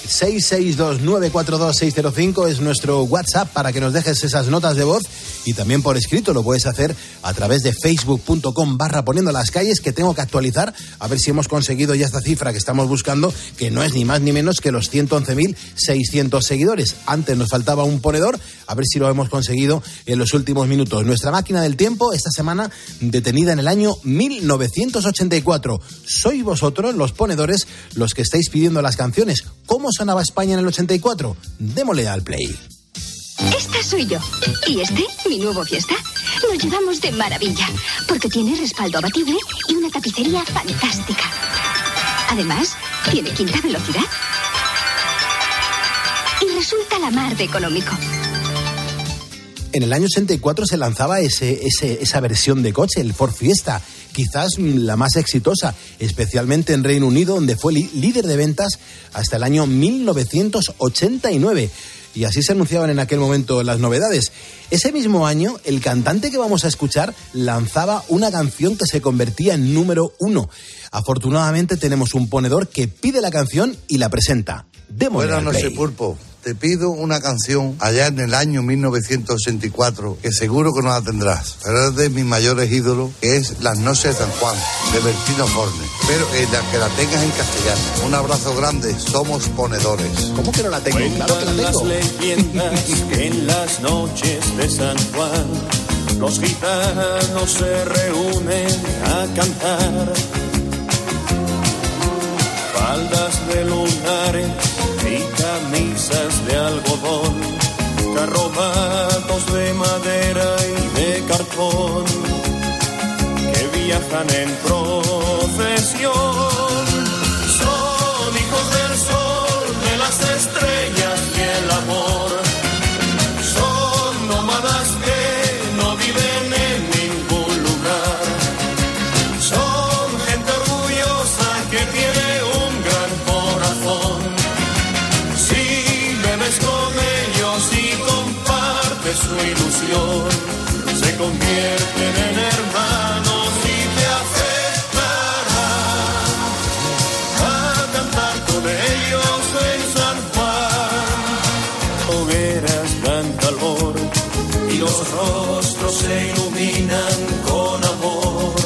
662-942-605 es nuestro WhatsApp para que nos dejes esas notas de voz y también por escrito lo puedes hacer a través de facebook.com/poniendo las calles, que tengo que actualizar a ver si hemos conseguido ya esta cifra que estamos buscando, que no es ni más ni menos que los 111.600 seguidores. Antes nos faltaba un ponedor, a ver si lo hemos conseguido en los últimos minutos. Nuestra máquina del tiempo esta semana detenida en el año 1984. Sois vosotros, los ponedores, los que estáis pidiendo las canciones. ¿Cómo sonaba España en el 84? Démosle al play. Esta soy yo. Y este, mi nuevo Fiesta. Nos llevamos de maravilla, porque tiene respaldo abatible y una tapicería fantástica. Además, tiene quinta velocidad. Y resulta la mar de económico. En el año 84 se lanzaba esa versión de coche, el Ford Fiesta, quizás la más exitosa, especialmente en Reino Unido, donde fue líder de ventas hasta el año 1989. Y así se anunciaban en aquel momento las novedades. Ese mismo año, el cantante que vamos a escuchar lanzaba una canción que se convertía en número 1. Afortunadamente tenemos un ponedor que pide la canción y la presenta. Démosle al play. Buenas noches, Pulpo. te pido una canción allá en el año 1984, que seguro que no la tendrás, pero es de mis mayores ídolos, que es Las noches de San Juan, de Bertino Forne. Pero que la tengas en castellano. Un abrazo grande, somos ponedores. ¿Cómo que no la tengo? Claro que la tengo. Las leyendas que en las noches de San Juan los gitanos se reúnen a cantar. Faldas de lunares y camisas de algodón, carromatos de madera y de cartón, que viajan en procesión. Son hijos del sol, de las estrellas y el amor. Son nómadas que no viven en ningún lugar. Son gente orgullosa que tiene un gran corazón. Si bebes con ellos y compartes su ilusión, se convierten en hermanos y te aceptarán a cantar con ellos en San Juan. Hogueras dan calor y los rostros se iluminan con amor.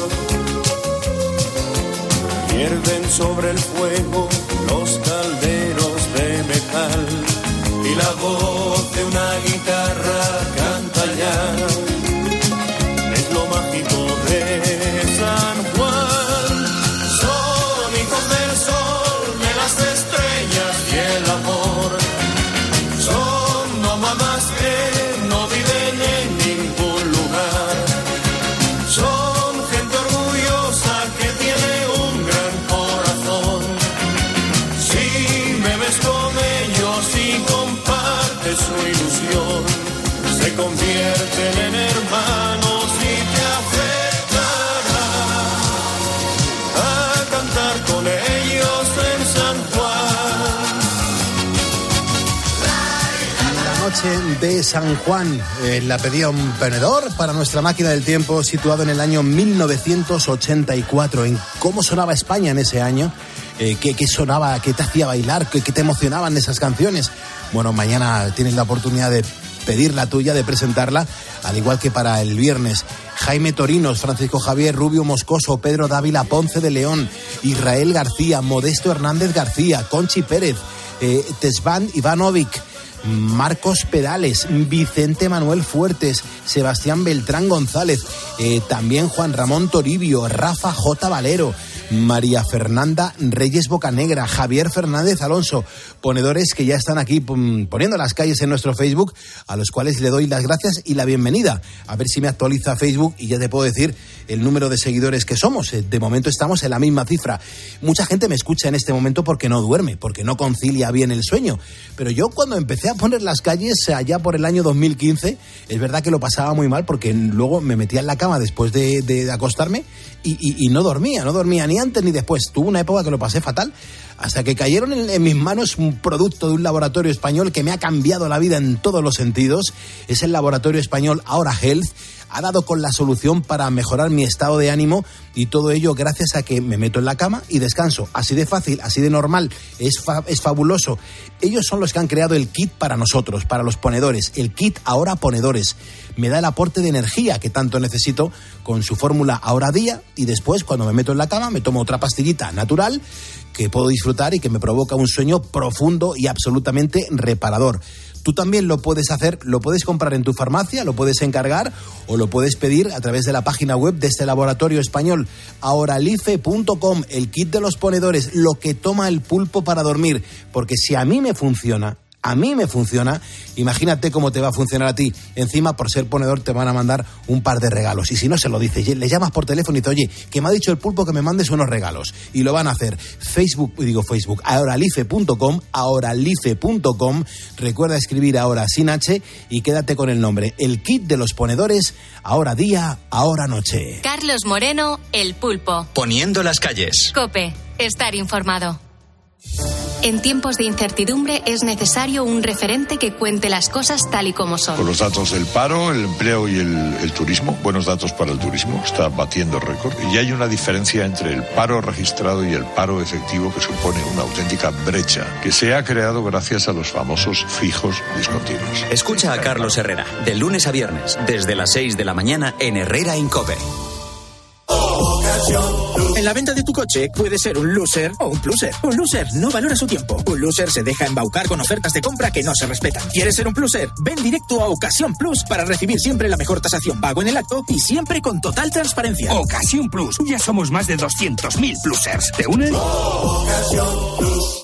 Hierven sobre el fuego los calderos de metal y la voz de una guitarra canta ya. Es lo mágico de San Juan. Son hijos del sol, de las estrellas y el amor. Son nómadas que no viven en ningún lugar. Son gente orgullosa que tiene un gran corazón. Si bebes con ellos y compartes su ilusión, se convierten en hermanos y te aceptarán a cantar con ellos en San Juan. La noche de San Juan, la pedía un ponedor para nuestra máquina del tiempo, situado en el año 1984. ¿En cómo sonaba España en ese año? ¿Qué sonaba? ¿Qué te hacía bailar? ¿Qué te emocionaban esas canciones? Bueno, mañana tienes la oportunidad de pedir la tuya, de presentarla, al igual que para el viernes. Jaime Torinos, Francisco Javier Rubio Moscoso, Pedro Dávila Ponce de León, Israel García, Modesto Hernández García, Conchi Pérez, Tesvan Ivanovic, Marcos Perales, Vicente Manuel Fuertes, Sebastián Beltrán González, también Juan Ramón Toribio, Rafa J. Valero, María Fernanda Reyes Bocanegra, Javier Fernández Alonso, ponedores que ya están aquí poniendo las calles en nuestro Facebook, a los cuales le doy las gracias y la bienvenida. A ver si me actualiza Facebook y ya te puedo decir el número de seguidores que somos. De momento estamos en la misma cifra. Mucha gente me escucha en este momento porque no duerme, porque no concilia bien el sueño. Pero yo cuando empecé a poner las calles allá por el año 2015, es verdad que lo pasaba muy mal porque luego me metía en la cama después de acostarme y no dormía ni antes ni después. Tuve una época que lo pasé fatal, hasta que cayeron en mis manos un producto de un laboratorio español que me ha cambiado la vida en todos los sentidos. Es el laboratorio español Aura Health. Ha dado con la solución para mejorar mi estado de ánimo, y todo ello gracias a que me meto en la cama y descanso. Así de fácil, así de normal, es fabuloso. Ellos son los que han creado el kit para nosotros, para los ponedores, el kit Ahora Ponedores. Me da el aporte de energía que tanto necesito con su fórmula Ahora Día, y después cuando me meto en la cama me tomo otra pastillita natural que puedo disfrutar y que me provoca un sueño profundo y absolutamente reparador. Tú también lo puedes hacer, lo puedes comprar en tu farmacia, lo puedes encargar o lo puedes pedir a través de la página web de este laboratorio español, ahoralife.com, el kit de los ponedores, lo que toma el pulpo para dormir. Porque si a mí me funciona, imagínate cómo te va a funcionar a ti. Encima, por ser ponedor, te van a mandar un par de regalos. Y si no se lo dices, le llamas por teléfono y dices, oye, que me ha dicho el pulpo que me mandes unos regalos. Y lo van a hacer. Facebook, ahoralife.com. Recuerda escribir ahora sin H y quédate con el nombre. El kit de los ponedores, ahora día, ahora noche. Carlos Moreno, el pulpo. Poniendo las calles. COPE, estar informado. En tiempos de incertidumbre es necesario un referente que cuente las cosas tal y como son. Con los datos del paro, el empleo y el turismo, buenos datos para el turismo, está batiendo récord. Y hay una diferencia entre el paro registrado y el paro efectivo que supone una auténtica brecha que se ha creado gracias a los famosos fijos discontinuos. Escucha a Carlos Herrera, de lunes a viernes, desde las 6 de la mañana en Herrera en COPE. En la venta de tu coche puede ser un loser o un pluser. Un loser no valora su tiempo. Un loser se deja embaucar con ofertas de compra que no se respetan. ¿Quieres ser un pluser? Ven directo a Ocasión Plus para recibir siempre la mejor tasación pago en el acto y siempre con total transparencia. Ocasión Plus. Ya somos más de 200.000 plusers. ¿Te unes? Ocasión Plus.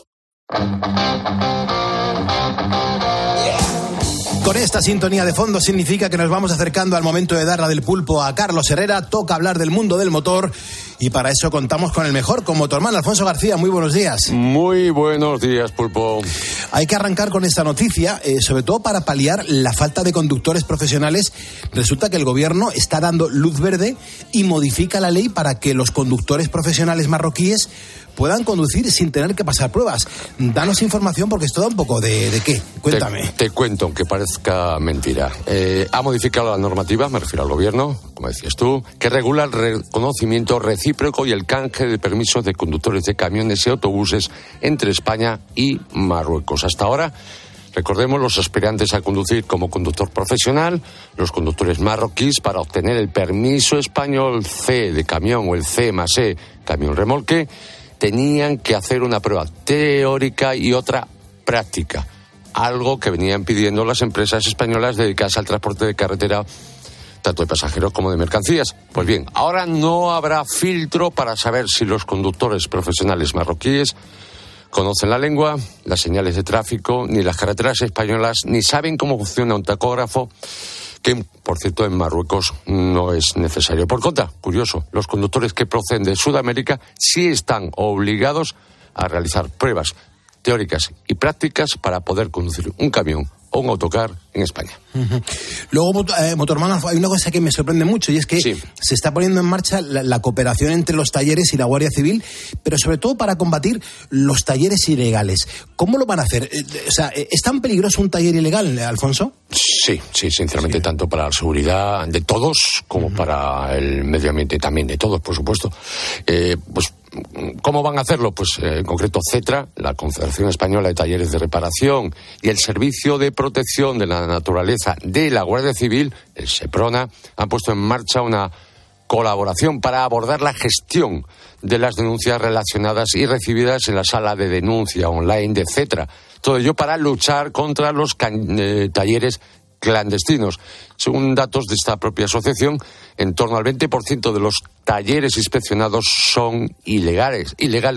Con esta sintonía de fondo significa que nos vamos acercando al momento de dar la del pulpo a Carlos Herrera. Toca hablar del mundo del motor y para eso contamos con el mejor, con Motorman. Alfonso García, muy buenos días. Muy buenos días, pulpo. Hay que arrancar con esta noticia, sobre todo para paliar la falta de conductores profesionales. Resulta que el gobierno está dando luz verde y modifica la ley para que los conductores profesionales marroquíes puedan conducir sin tener que pasar pruebas. Danos información porque esto da un poco de qué. Cuéntame. Te cuento, aunque parezca mentira. Ha modificado la normativa, me refiero al gobierno, como decías tú, que regula el reconocimiento recíproco y el canje de permisos de conductores de camiones y autobuses entre España y Marruecos. Hasta ahora, recordemos, los aspirantes a conducir como conductor profesional, los conductores marroquíes, para obtener el permiso español C de camión o el C+E camión remolque, tenían que hacer una prueba teórica y otra práctica, algo que venían pidiendo las empresas españolas dedicadas al transporte de carretera, tanto de pasajeros como de mercancías. Pues bien, ahora no habrá filtro para saber si los conductores profesionales marroquíes conocen la lengua, las señales de tráfico, ni las carreteras españolas, ni saben cómo funciona un tacógrafo, que, por cierto, en Marruecos no es necesario. Por contra, curioso, los conductores que proceden de Sudamérica sí están obligados a realizar pruebas teóricas y prácticas para poder conducir un camión o un autocar en España. Uh-huh. Luego, Motorman, hay una cosa que me sorprende mucho y es que se está poniendo en marcha la cooperación entre los talleres y la Guardia Civil, pero sobre todo para combatir los talleres ilegales. ¿Cómo lo van a hacer? O sea, ¿es tan peligroso un taller ilegal, Alfonso? Sí, sinceramente, tanto para la seguridad de todos como para el medio ambiente también de todos, por supuesto. Pues, ¿cómo van a hacerlo? Pues, en concreto, CETRA, la Confederación Española de Talleres de Reparación, y el Servicio de Protección de la Naturaleza de la Guardia Civil, el SEPRONA, han puesto en marcha una colaboración para abordar la gestión de las denuncias relacionadas y recibidas en la sala de denuncia online de CETRA. Todo ello para luchar contra los talleres clandestinos. Según datos de esta propia asociación, en torno al 20% de los talleres inspeccionados son ilegales,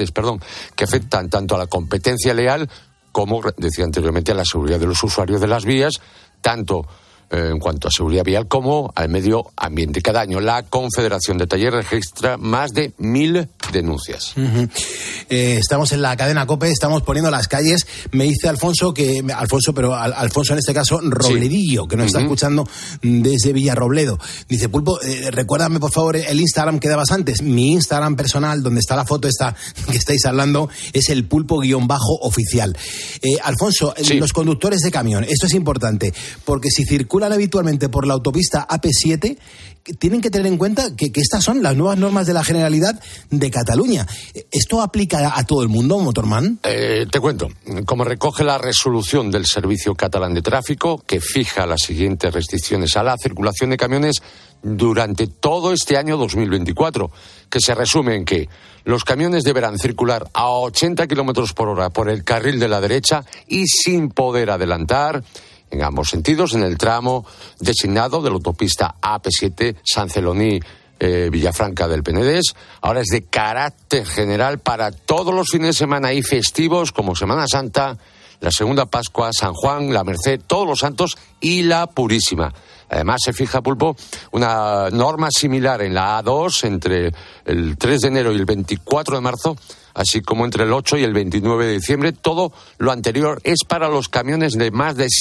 que afectan tanto a la competencia leal como, decía anteriormente, a la seguridad de los usuarios de las vías, tanto en cuanto a seguridad vial como al medio ambiente. Cada año la Confederación de Talleres registra más de 1.000 denuncias. Uh-huh. Estamos en la cadena COPE, estamos poniendo las calles. Me dice Alfonso Alfonso en este caso, Robledillo, que nos está escuchando desde Villarrobledo. Dice, Pulpo, recuérdame por favor el Instagram que dabas antes. Mi Instagram personal, donde está la foto esta que estáis hablando, es el pulpo_oficial. Alfonso, los conductores de camión, esto es importante, porque si circulan habitualmente por la autopista AP7, tienen que tener en cuenta que estas son las nuevas normas de la Generalidad de Cataluña. ¿Esto aplica a todo el mundo, Motorman? Te cuento. Como recoge la resolución del Servicio Catalán de Tráfico, que fija las siguientes restricciones a la circulación de camiones durante todo este año 2024, que se resume en que los camiones deberán circular a 80 kilómetros por hora por el carril de la derecha y sin poder adelantar en ambos sentidos en el tramo designado de la autopista AP7 San Celoní Villafranca del Penedés. Ahora es de carácter general para todos los fines de semana y festivos como Semana Santa, la Segunda Pascua, San Juan, la Merced, Todos los Santos y la Purísima. Además, se fija, Pulpo, una norma similar en la A2 entre el 3 de enero y el 24 de marzo, así como entre el 8 y el 29 de diciembre. Todo lo anterior es para los camiones de más de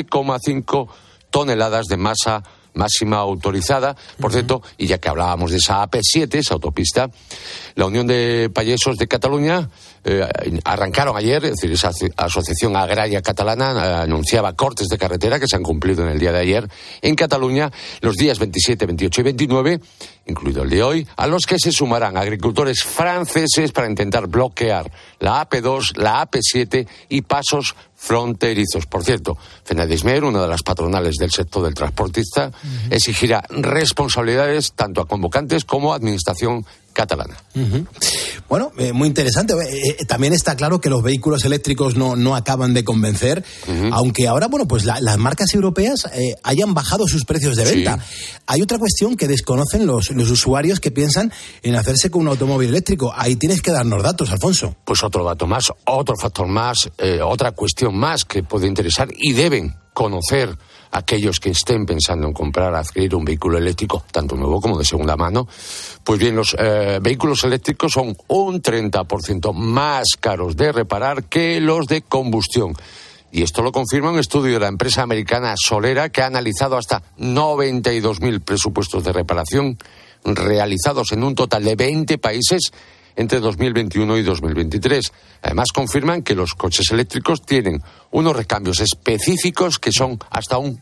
7,5 toneladas de masa máxima autorizada. Por cierto, y ya que hablábamos de esa AP7, esa autopista, la Unión de Payesos de Cataluña arrancaron ayer, es decir, esa Asociación Agraria Catalana anunciaba cortes de carretera que se han cumplido en el día de ayer en Cataluña, los días 27, 28 y 29, incluido el de hoy, a los que se sumarán agricultores franceses para intentar bloquear la AP2, la AP7 y pasos fronterizos. Por cierto, Fenadismer, una de las patronales del sector del transportista, exigirá responsabilidades tanto a convocantes como a administración catalana. Bueno, muy interesante. También está claro que los vehículos eléctricos no acaban de convencer, aunque ahora, bueno, pues las marcas europeas hayan bajado sus precios de venta. Sí. Hay otra cuestión que desconocen los usuarios que piensan en hacerse con un automóvil eléctrico. Ahí tienes que darnos datos, Alfonso. Pues otro dato más, otro factor más, otra cuestión más que puede interesar y deben conocer aquellos que estén pensando en comprar, adquirir un vehículo eléctrico, tanto nuevo como de segunda mano. Pues bien, los vehículos eléctricos son un 30% más caros de reparar que los de combustión. Y esto lo confirma un estudio de la empresa americana Solera, que ha analizado hasta 92.000 presupuestos de reparación realizados en un total de 20 países entre 2021 y 2023. Además, confirman que los coches eléctricos tienen unos recambios específicos que son hasta un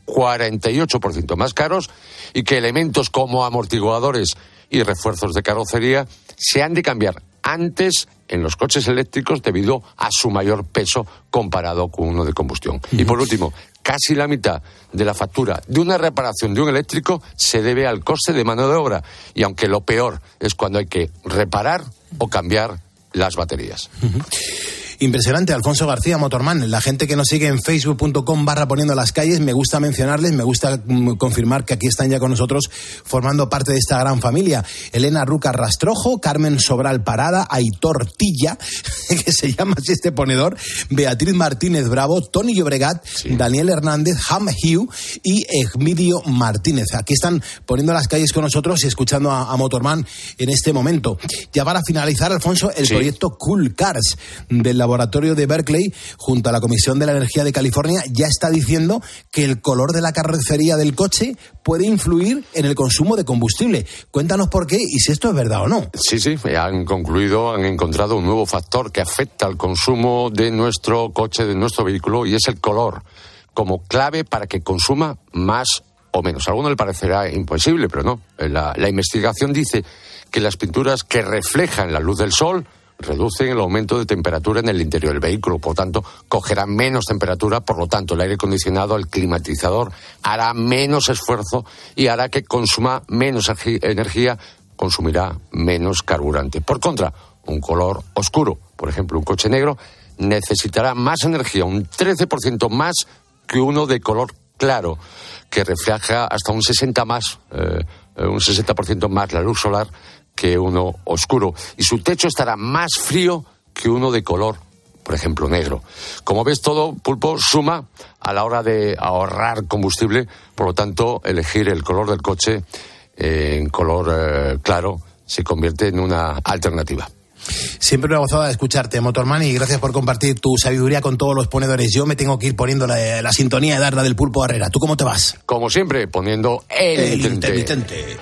48% más caros y que elementos como amortiguadores y refuerzos de carrocería se han de cambiar antes en los coches eléctricos debido a su mayor peso comparado con uno de combustión. Y por último, casi la mitad de la factura de una reparación de un eléctrico se debe al coste de mano de obra. Y aunque lo peor es cuando hay que reparar o cambiar las baterías. Impresionante, Alfonso García, Motorman. La gente que nos sigue en facebook.com/poniendo las calles, me gusta mencionarles, me gusta confirmar que aquí están ya con nosotros formando parte de esta gran familia. Elena Ruca Rastrojo, Carmen Sobral Parada, Aitor Tilla, que se llama así este ponedor, Beatriz Martínez Bravo, Tony Llobregat, Daniel Hernández, Ham Hugh y Egmidio Martínez. Aquí están poniendo las calles con nosotros y escuchando a Motorman en este momento. Ya para finalizar, Alfonso, el proyecto Cool Cars del laboratorio de Berkeley, junto a la Comisión de la Energía de California, ya está diciendo que el color de la carrocería del coche puede influir en el consumo de combustible. Cuéntanos por qué y si esto es verdad o no. Sí, han encontrado un nuevo factor que afecta al consumo de nuestro coche, de nuestro vehículo, y es el color, como clave para que consuma más o menos. A alguno le parecerá imposible, pero no. La investigación dice que las pinturas que reflejan la luz del sol reducen el aumento de temperatura en el interior del vehículo, por tanto, cogerá menos temperatura, por lo tanto, el aire acondicionado, el climatizador, hará menos esfuerzo y hará que consuma menos energía, consumirá menos carburante. Por contra, un color oscuro, por ejemplo, un coche negro, necesitará más energía, un 13% más que uno de color claro, que refleja hasta un 60% más la luz solar que uno oscuro, y su techo estará más frío que uno de color, por ejemplo, negro. Como ves, todo, Pulpo, suma a la hora de ahorrar combustible, por lo tanto, elegir el color del coche en color claro se convierte en una alternativa. Siempre una gozada de escucharte, Motorman, y gracias por compartir tu sabiduría con todos los ponedores. Yo me tengo que ir poniendo la sintonía de Darla del Pulpo Herrera. ¿Tú cómo te vas? Como siempre, poniendo el intermitente.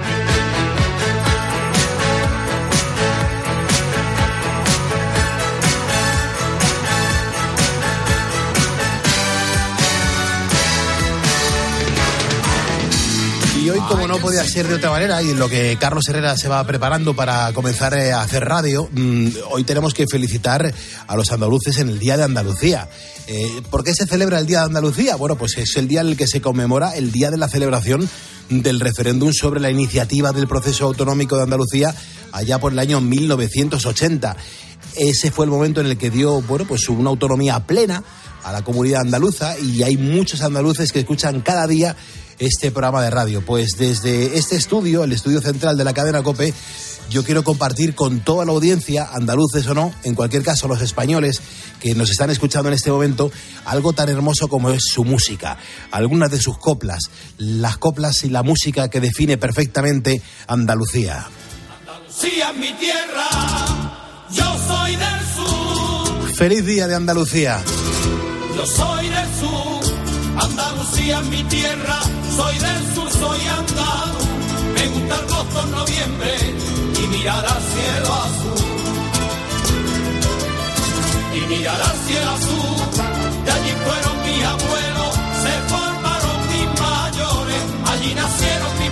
Y hoy, como no podía ser de otra manera, y en lo que Carlos Herrera se va preparando para comenzar a hacer radio, hoy tenemos que felicitar a los andaluces en el Día de Andalucía. ¿Por qué se celebra el Día de Andalucía? Bueno, pues es el día en el que se conmemora el día de la celebración del referéndum sobre la iniciativa del proceso autonómico de Andalucía allá por el año 1980. Ese fue el momento en el que dio, bueno, pues una autonomía plena a la comunidad andaluza, y hay muchos andaluces que escuchan cada día este programa de radio. Pues desde este estudio, el estudio central de la cadena COPE, yo quiero compartir con toda la audiencia, andaluces o no, en cualquier caso los españoles que nos están escuchando en este momento, algo tan hermoso como es su música, algunas de sus coplas, las coplas y la música que define perfectamente Andalucía. Andalucía es mi tierra, yo soy del sur. ¡Feliz Día de Andalucía! Yo soy del sur, Andalucía es mi tierra, soy del sur, soy andaluz. Me gusta el agosto, noviembre y mirar al cielo azul.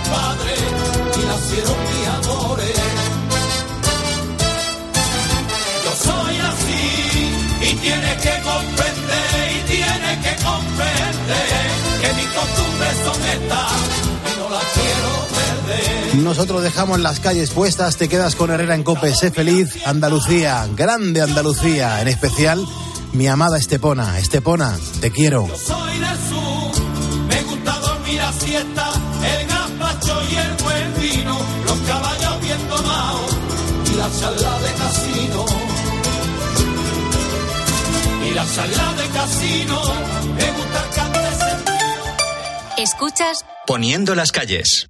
padre y nacieron mis amores. Yo soy así y tienes que comprender, que mis costumbres son estas y no las quiero perder. Nosotros dejamos las calles puestas, te quedas con Herrera en COPE. Sé feliz, Andalucía, grande Andalucía, en especial mi amada Estepona. Estepona, te quiero. Yo soy del sur, me gusta dormir a siesta, el gazpacho y el buen vino, los caballos bien tomados y la charla de casino. Y la charla de casino, me gusta el cante sentido. Escuchas Poniendo las calles.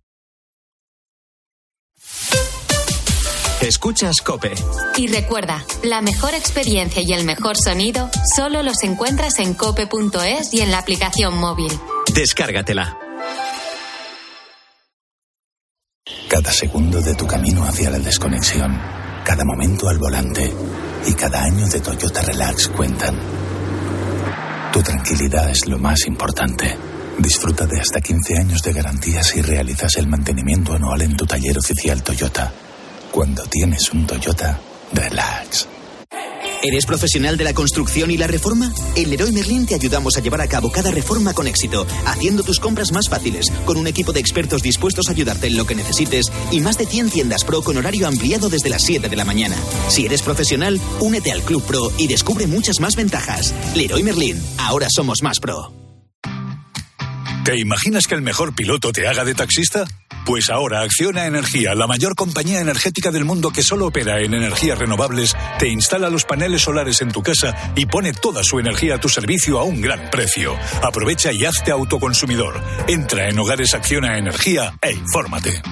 Escuchas COPE. y recuerda, la mejor experiencia y el mejor sonido solo los encuentras en cope.es y en la aplicación móvil. Descárgatela. Cada segundo de tu camino hacia la desconexión, cada momento al volante y cada año de Toyota Relax cuentan. Tu tranquilidad es lo más importante. Disfruta de hasta 15 años de garantía si realizas el mantenimiento anual en tu taller oficial Toyota. Cuando tienes un Toyota, relax. ¿Eres profesional de la construcción y la reforma? En Leroy Merlin te ayudamos a llevar a cabo cada reforma con éxito, haciendo tus compras más fáciles, con un equipo de expertos dispuestos a ayudarte en lo que necesites y más de 100 tiendas Pro con horario ampliado desde las 7 de la mañana. Si eres profesional, únete al Club Pro y descubre muchas más ventajas. Leroy Merlin, ahora somos más pro. ¿Te imaginas que el mejor piloto te haga de taxista? Pues ahora Acciona Energía, la mayor compañía energética del mundo que solo opera en energías renovables, te instala los paneles solares en tu casa y pone toda su energía a tu servicio a un gran precio. Aprovecha y hazte autoconsumidor. Entra en Hogares Acciona Energía e infórmate.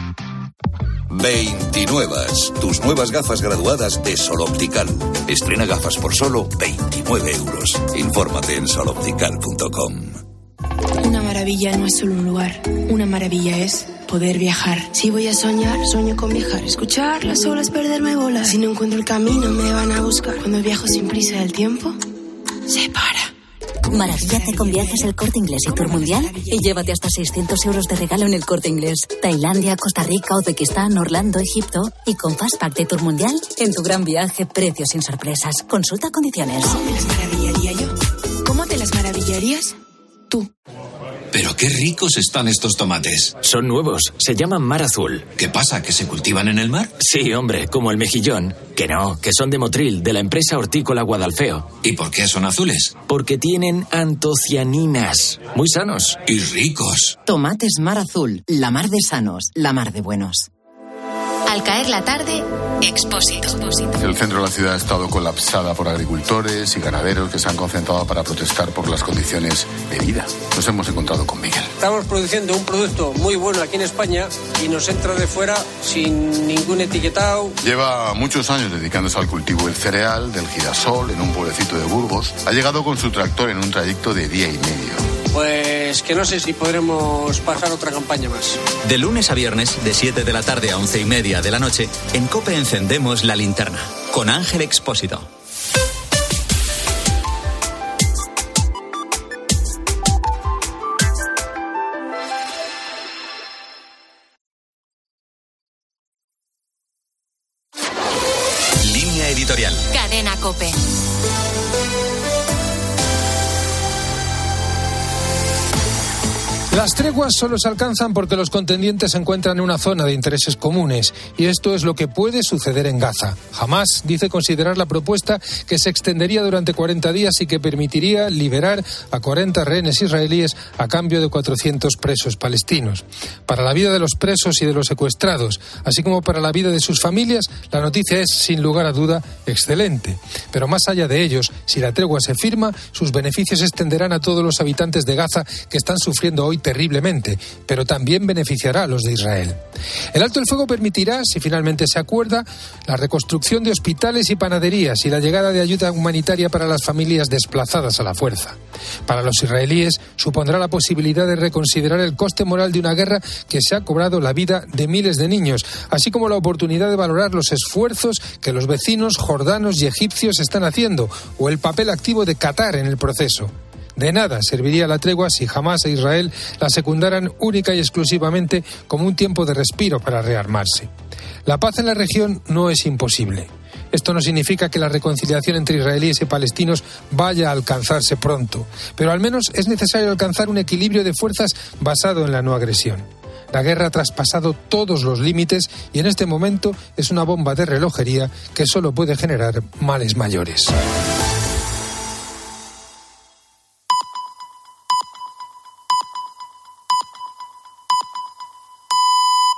29. Tus nuevas gafas graduadas de Sol Optical. Estrena gafas por solo 29 euros. Infórmate en soloptical.com. Una maravilla no es solo un lugar. Una maravilla es poder viajar. Si voy a soñar, sueño con viajar. Escuchar las olas, perderme bolas. Si no encuentro el camino, me van a buscar. Cuando viajo sin prisa, el tiempo se para. Maravíllate con Viajes El Corte Inglés y Tour Mundial y llévate hasta 600 euros de regalo en El Corte Inglés. Tailandia, Costa Rica, Uzbekistán, Orlando, Egipto y con Fastpack de Tour Mundial en tu gran viaje, precios sin sorpresas. Consulta condiciones. ¿Cómo me las maravillaría yo? ¿Cómo te las maravillarías tú? Pero qué ricos están estos tomates. Son nuevos, se llaman Mar Azul. ¿Qué pasa, que se cultivan en el mar? Sí, hombre, como el mejillón. Que no, que son de Motril, de la empresa hortícola Guadalfeo. ¿Y por qué son azules? Porque tienen antocianinas. Muy sanos. Y ricos. Tomates Mar Azul, la mar de sanos, la mar de buenos. Al caer la tarde, Expósito. El centro de la ciudad ha estado colapsada por agricultores y ganaderos que se han concentrado para protestar por las condiciones de vida. Nos hemos encontrado con Miguel. Estamos produciendo un producto muy bueno aquí en España y nos entra de fuera sin ningún etiquetado. Lleva muchos años dedicándose al cultivo del cereal, del girasol, en un pueblecito de Burgos. Ha llegado con su tractor en un trayecto de día y medio. Pues que no sé si podremos pasar otra campaña más. De lunes a viernes, de 7 de la tarde a 11:30 de la noche, en COPE encendemos la linterna. Con Ángel Expósito. Línea editorial. Cadena COPE. Las treguas solo se alcanzan porque los contendientes se encuentran en una zona de intereses comunes, y esto es lo que puede suceder en Gaza. Hamás dice considerar la propuesta que se extendería durante 40 días y que permitiría liberar a 40 rehenes israelíes a cambio de 400 presos palestinos. Para la vida de los presos y de los secuestrados, así como para la vida de sus familias, la noticia es, sin lugar a duda, excelente. Pero más allá de ellos, si la tregua se firma, sus beneficios se extenderán a todos los habitantes de Gaza que están sufriendo hoy terriblemente, pero también beneficiará a los de Israel. El alto el fuego permitirá, si finalmente se acuerda, la reconstrucción de hospitales y panaderías y la llegada de ayuda humanitaria para las familias desplazadas a la fuerza. Para los israelíes supondrá la posibilidad de reconsiderar el coste moral de una guerra que se ha cobrado la vida de miles de niños, así como la oportunidad de valorar los esfuerzos que los vecinos jordanos y egipcios están haciendo, o el papel activo de Qatar en el proceso. De nada serviría la tregua si Hamás e Israel la secundaran única y exclusivamente como un tiempo de respiro para rearmarse. La paz en la región no es imposible. Esto no significa que la reconciliación entre israelíes y palestinos vaya a alcanzarse pronto, pero al menos es necesario alcanzar un equilibrio de fuerzas basado en la no agresión. La guerra ha traspasado todos los límites y en este momento es una bomba de relojería que solo puede generar males mayores.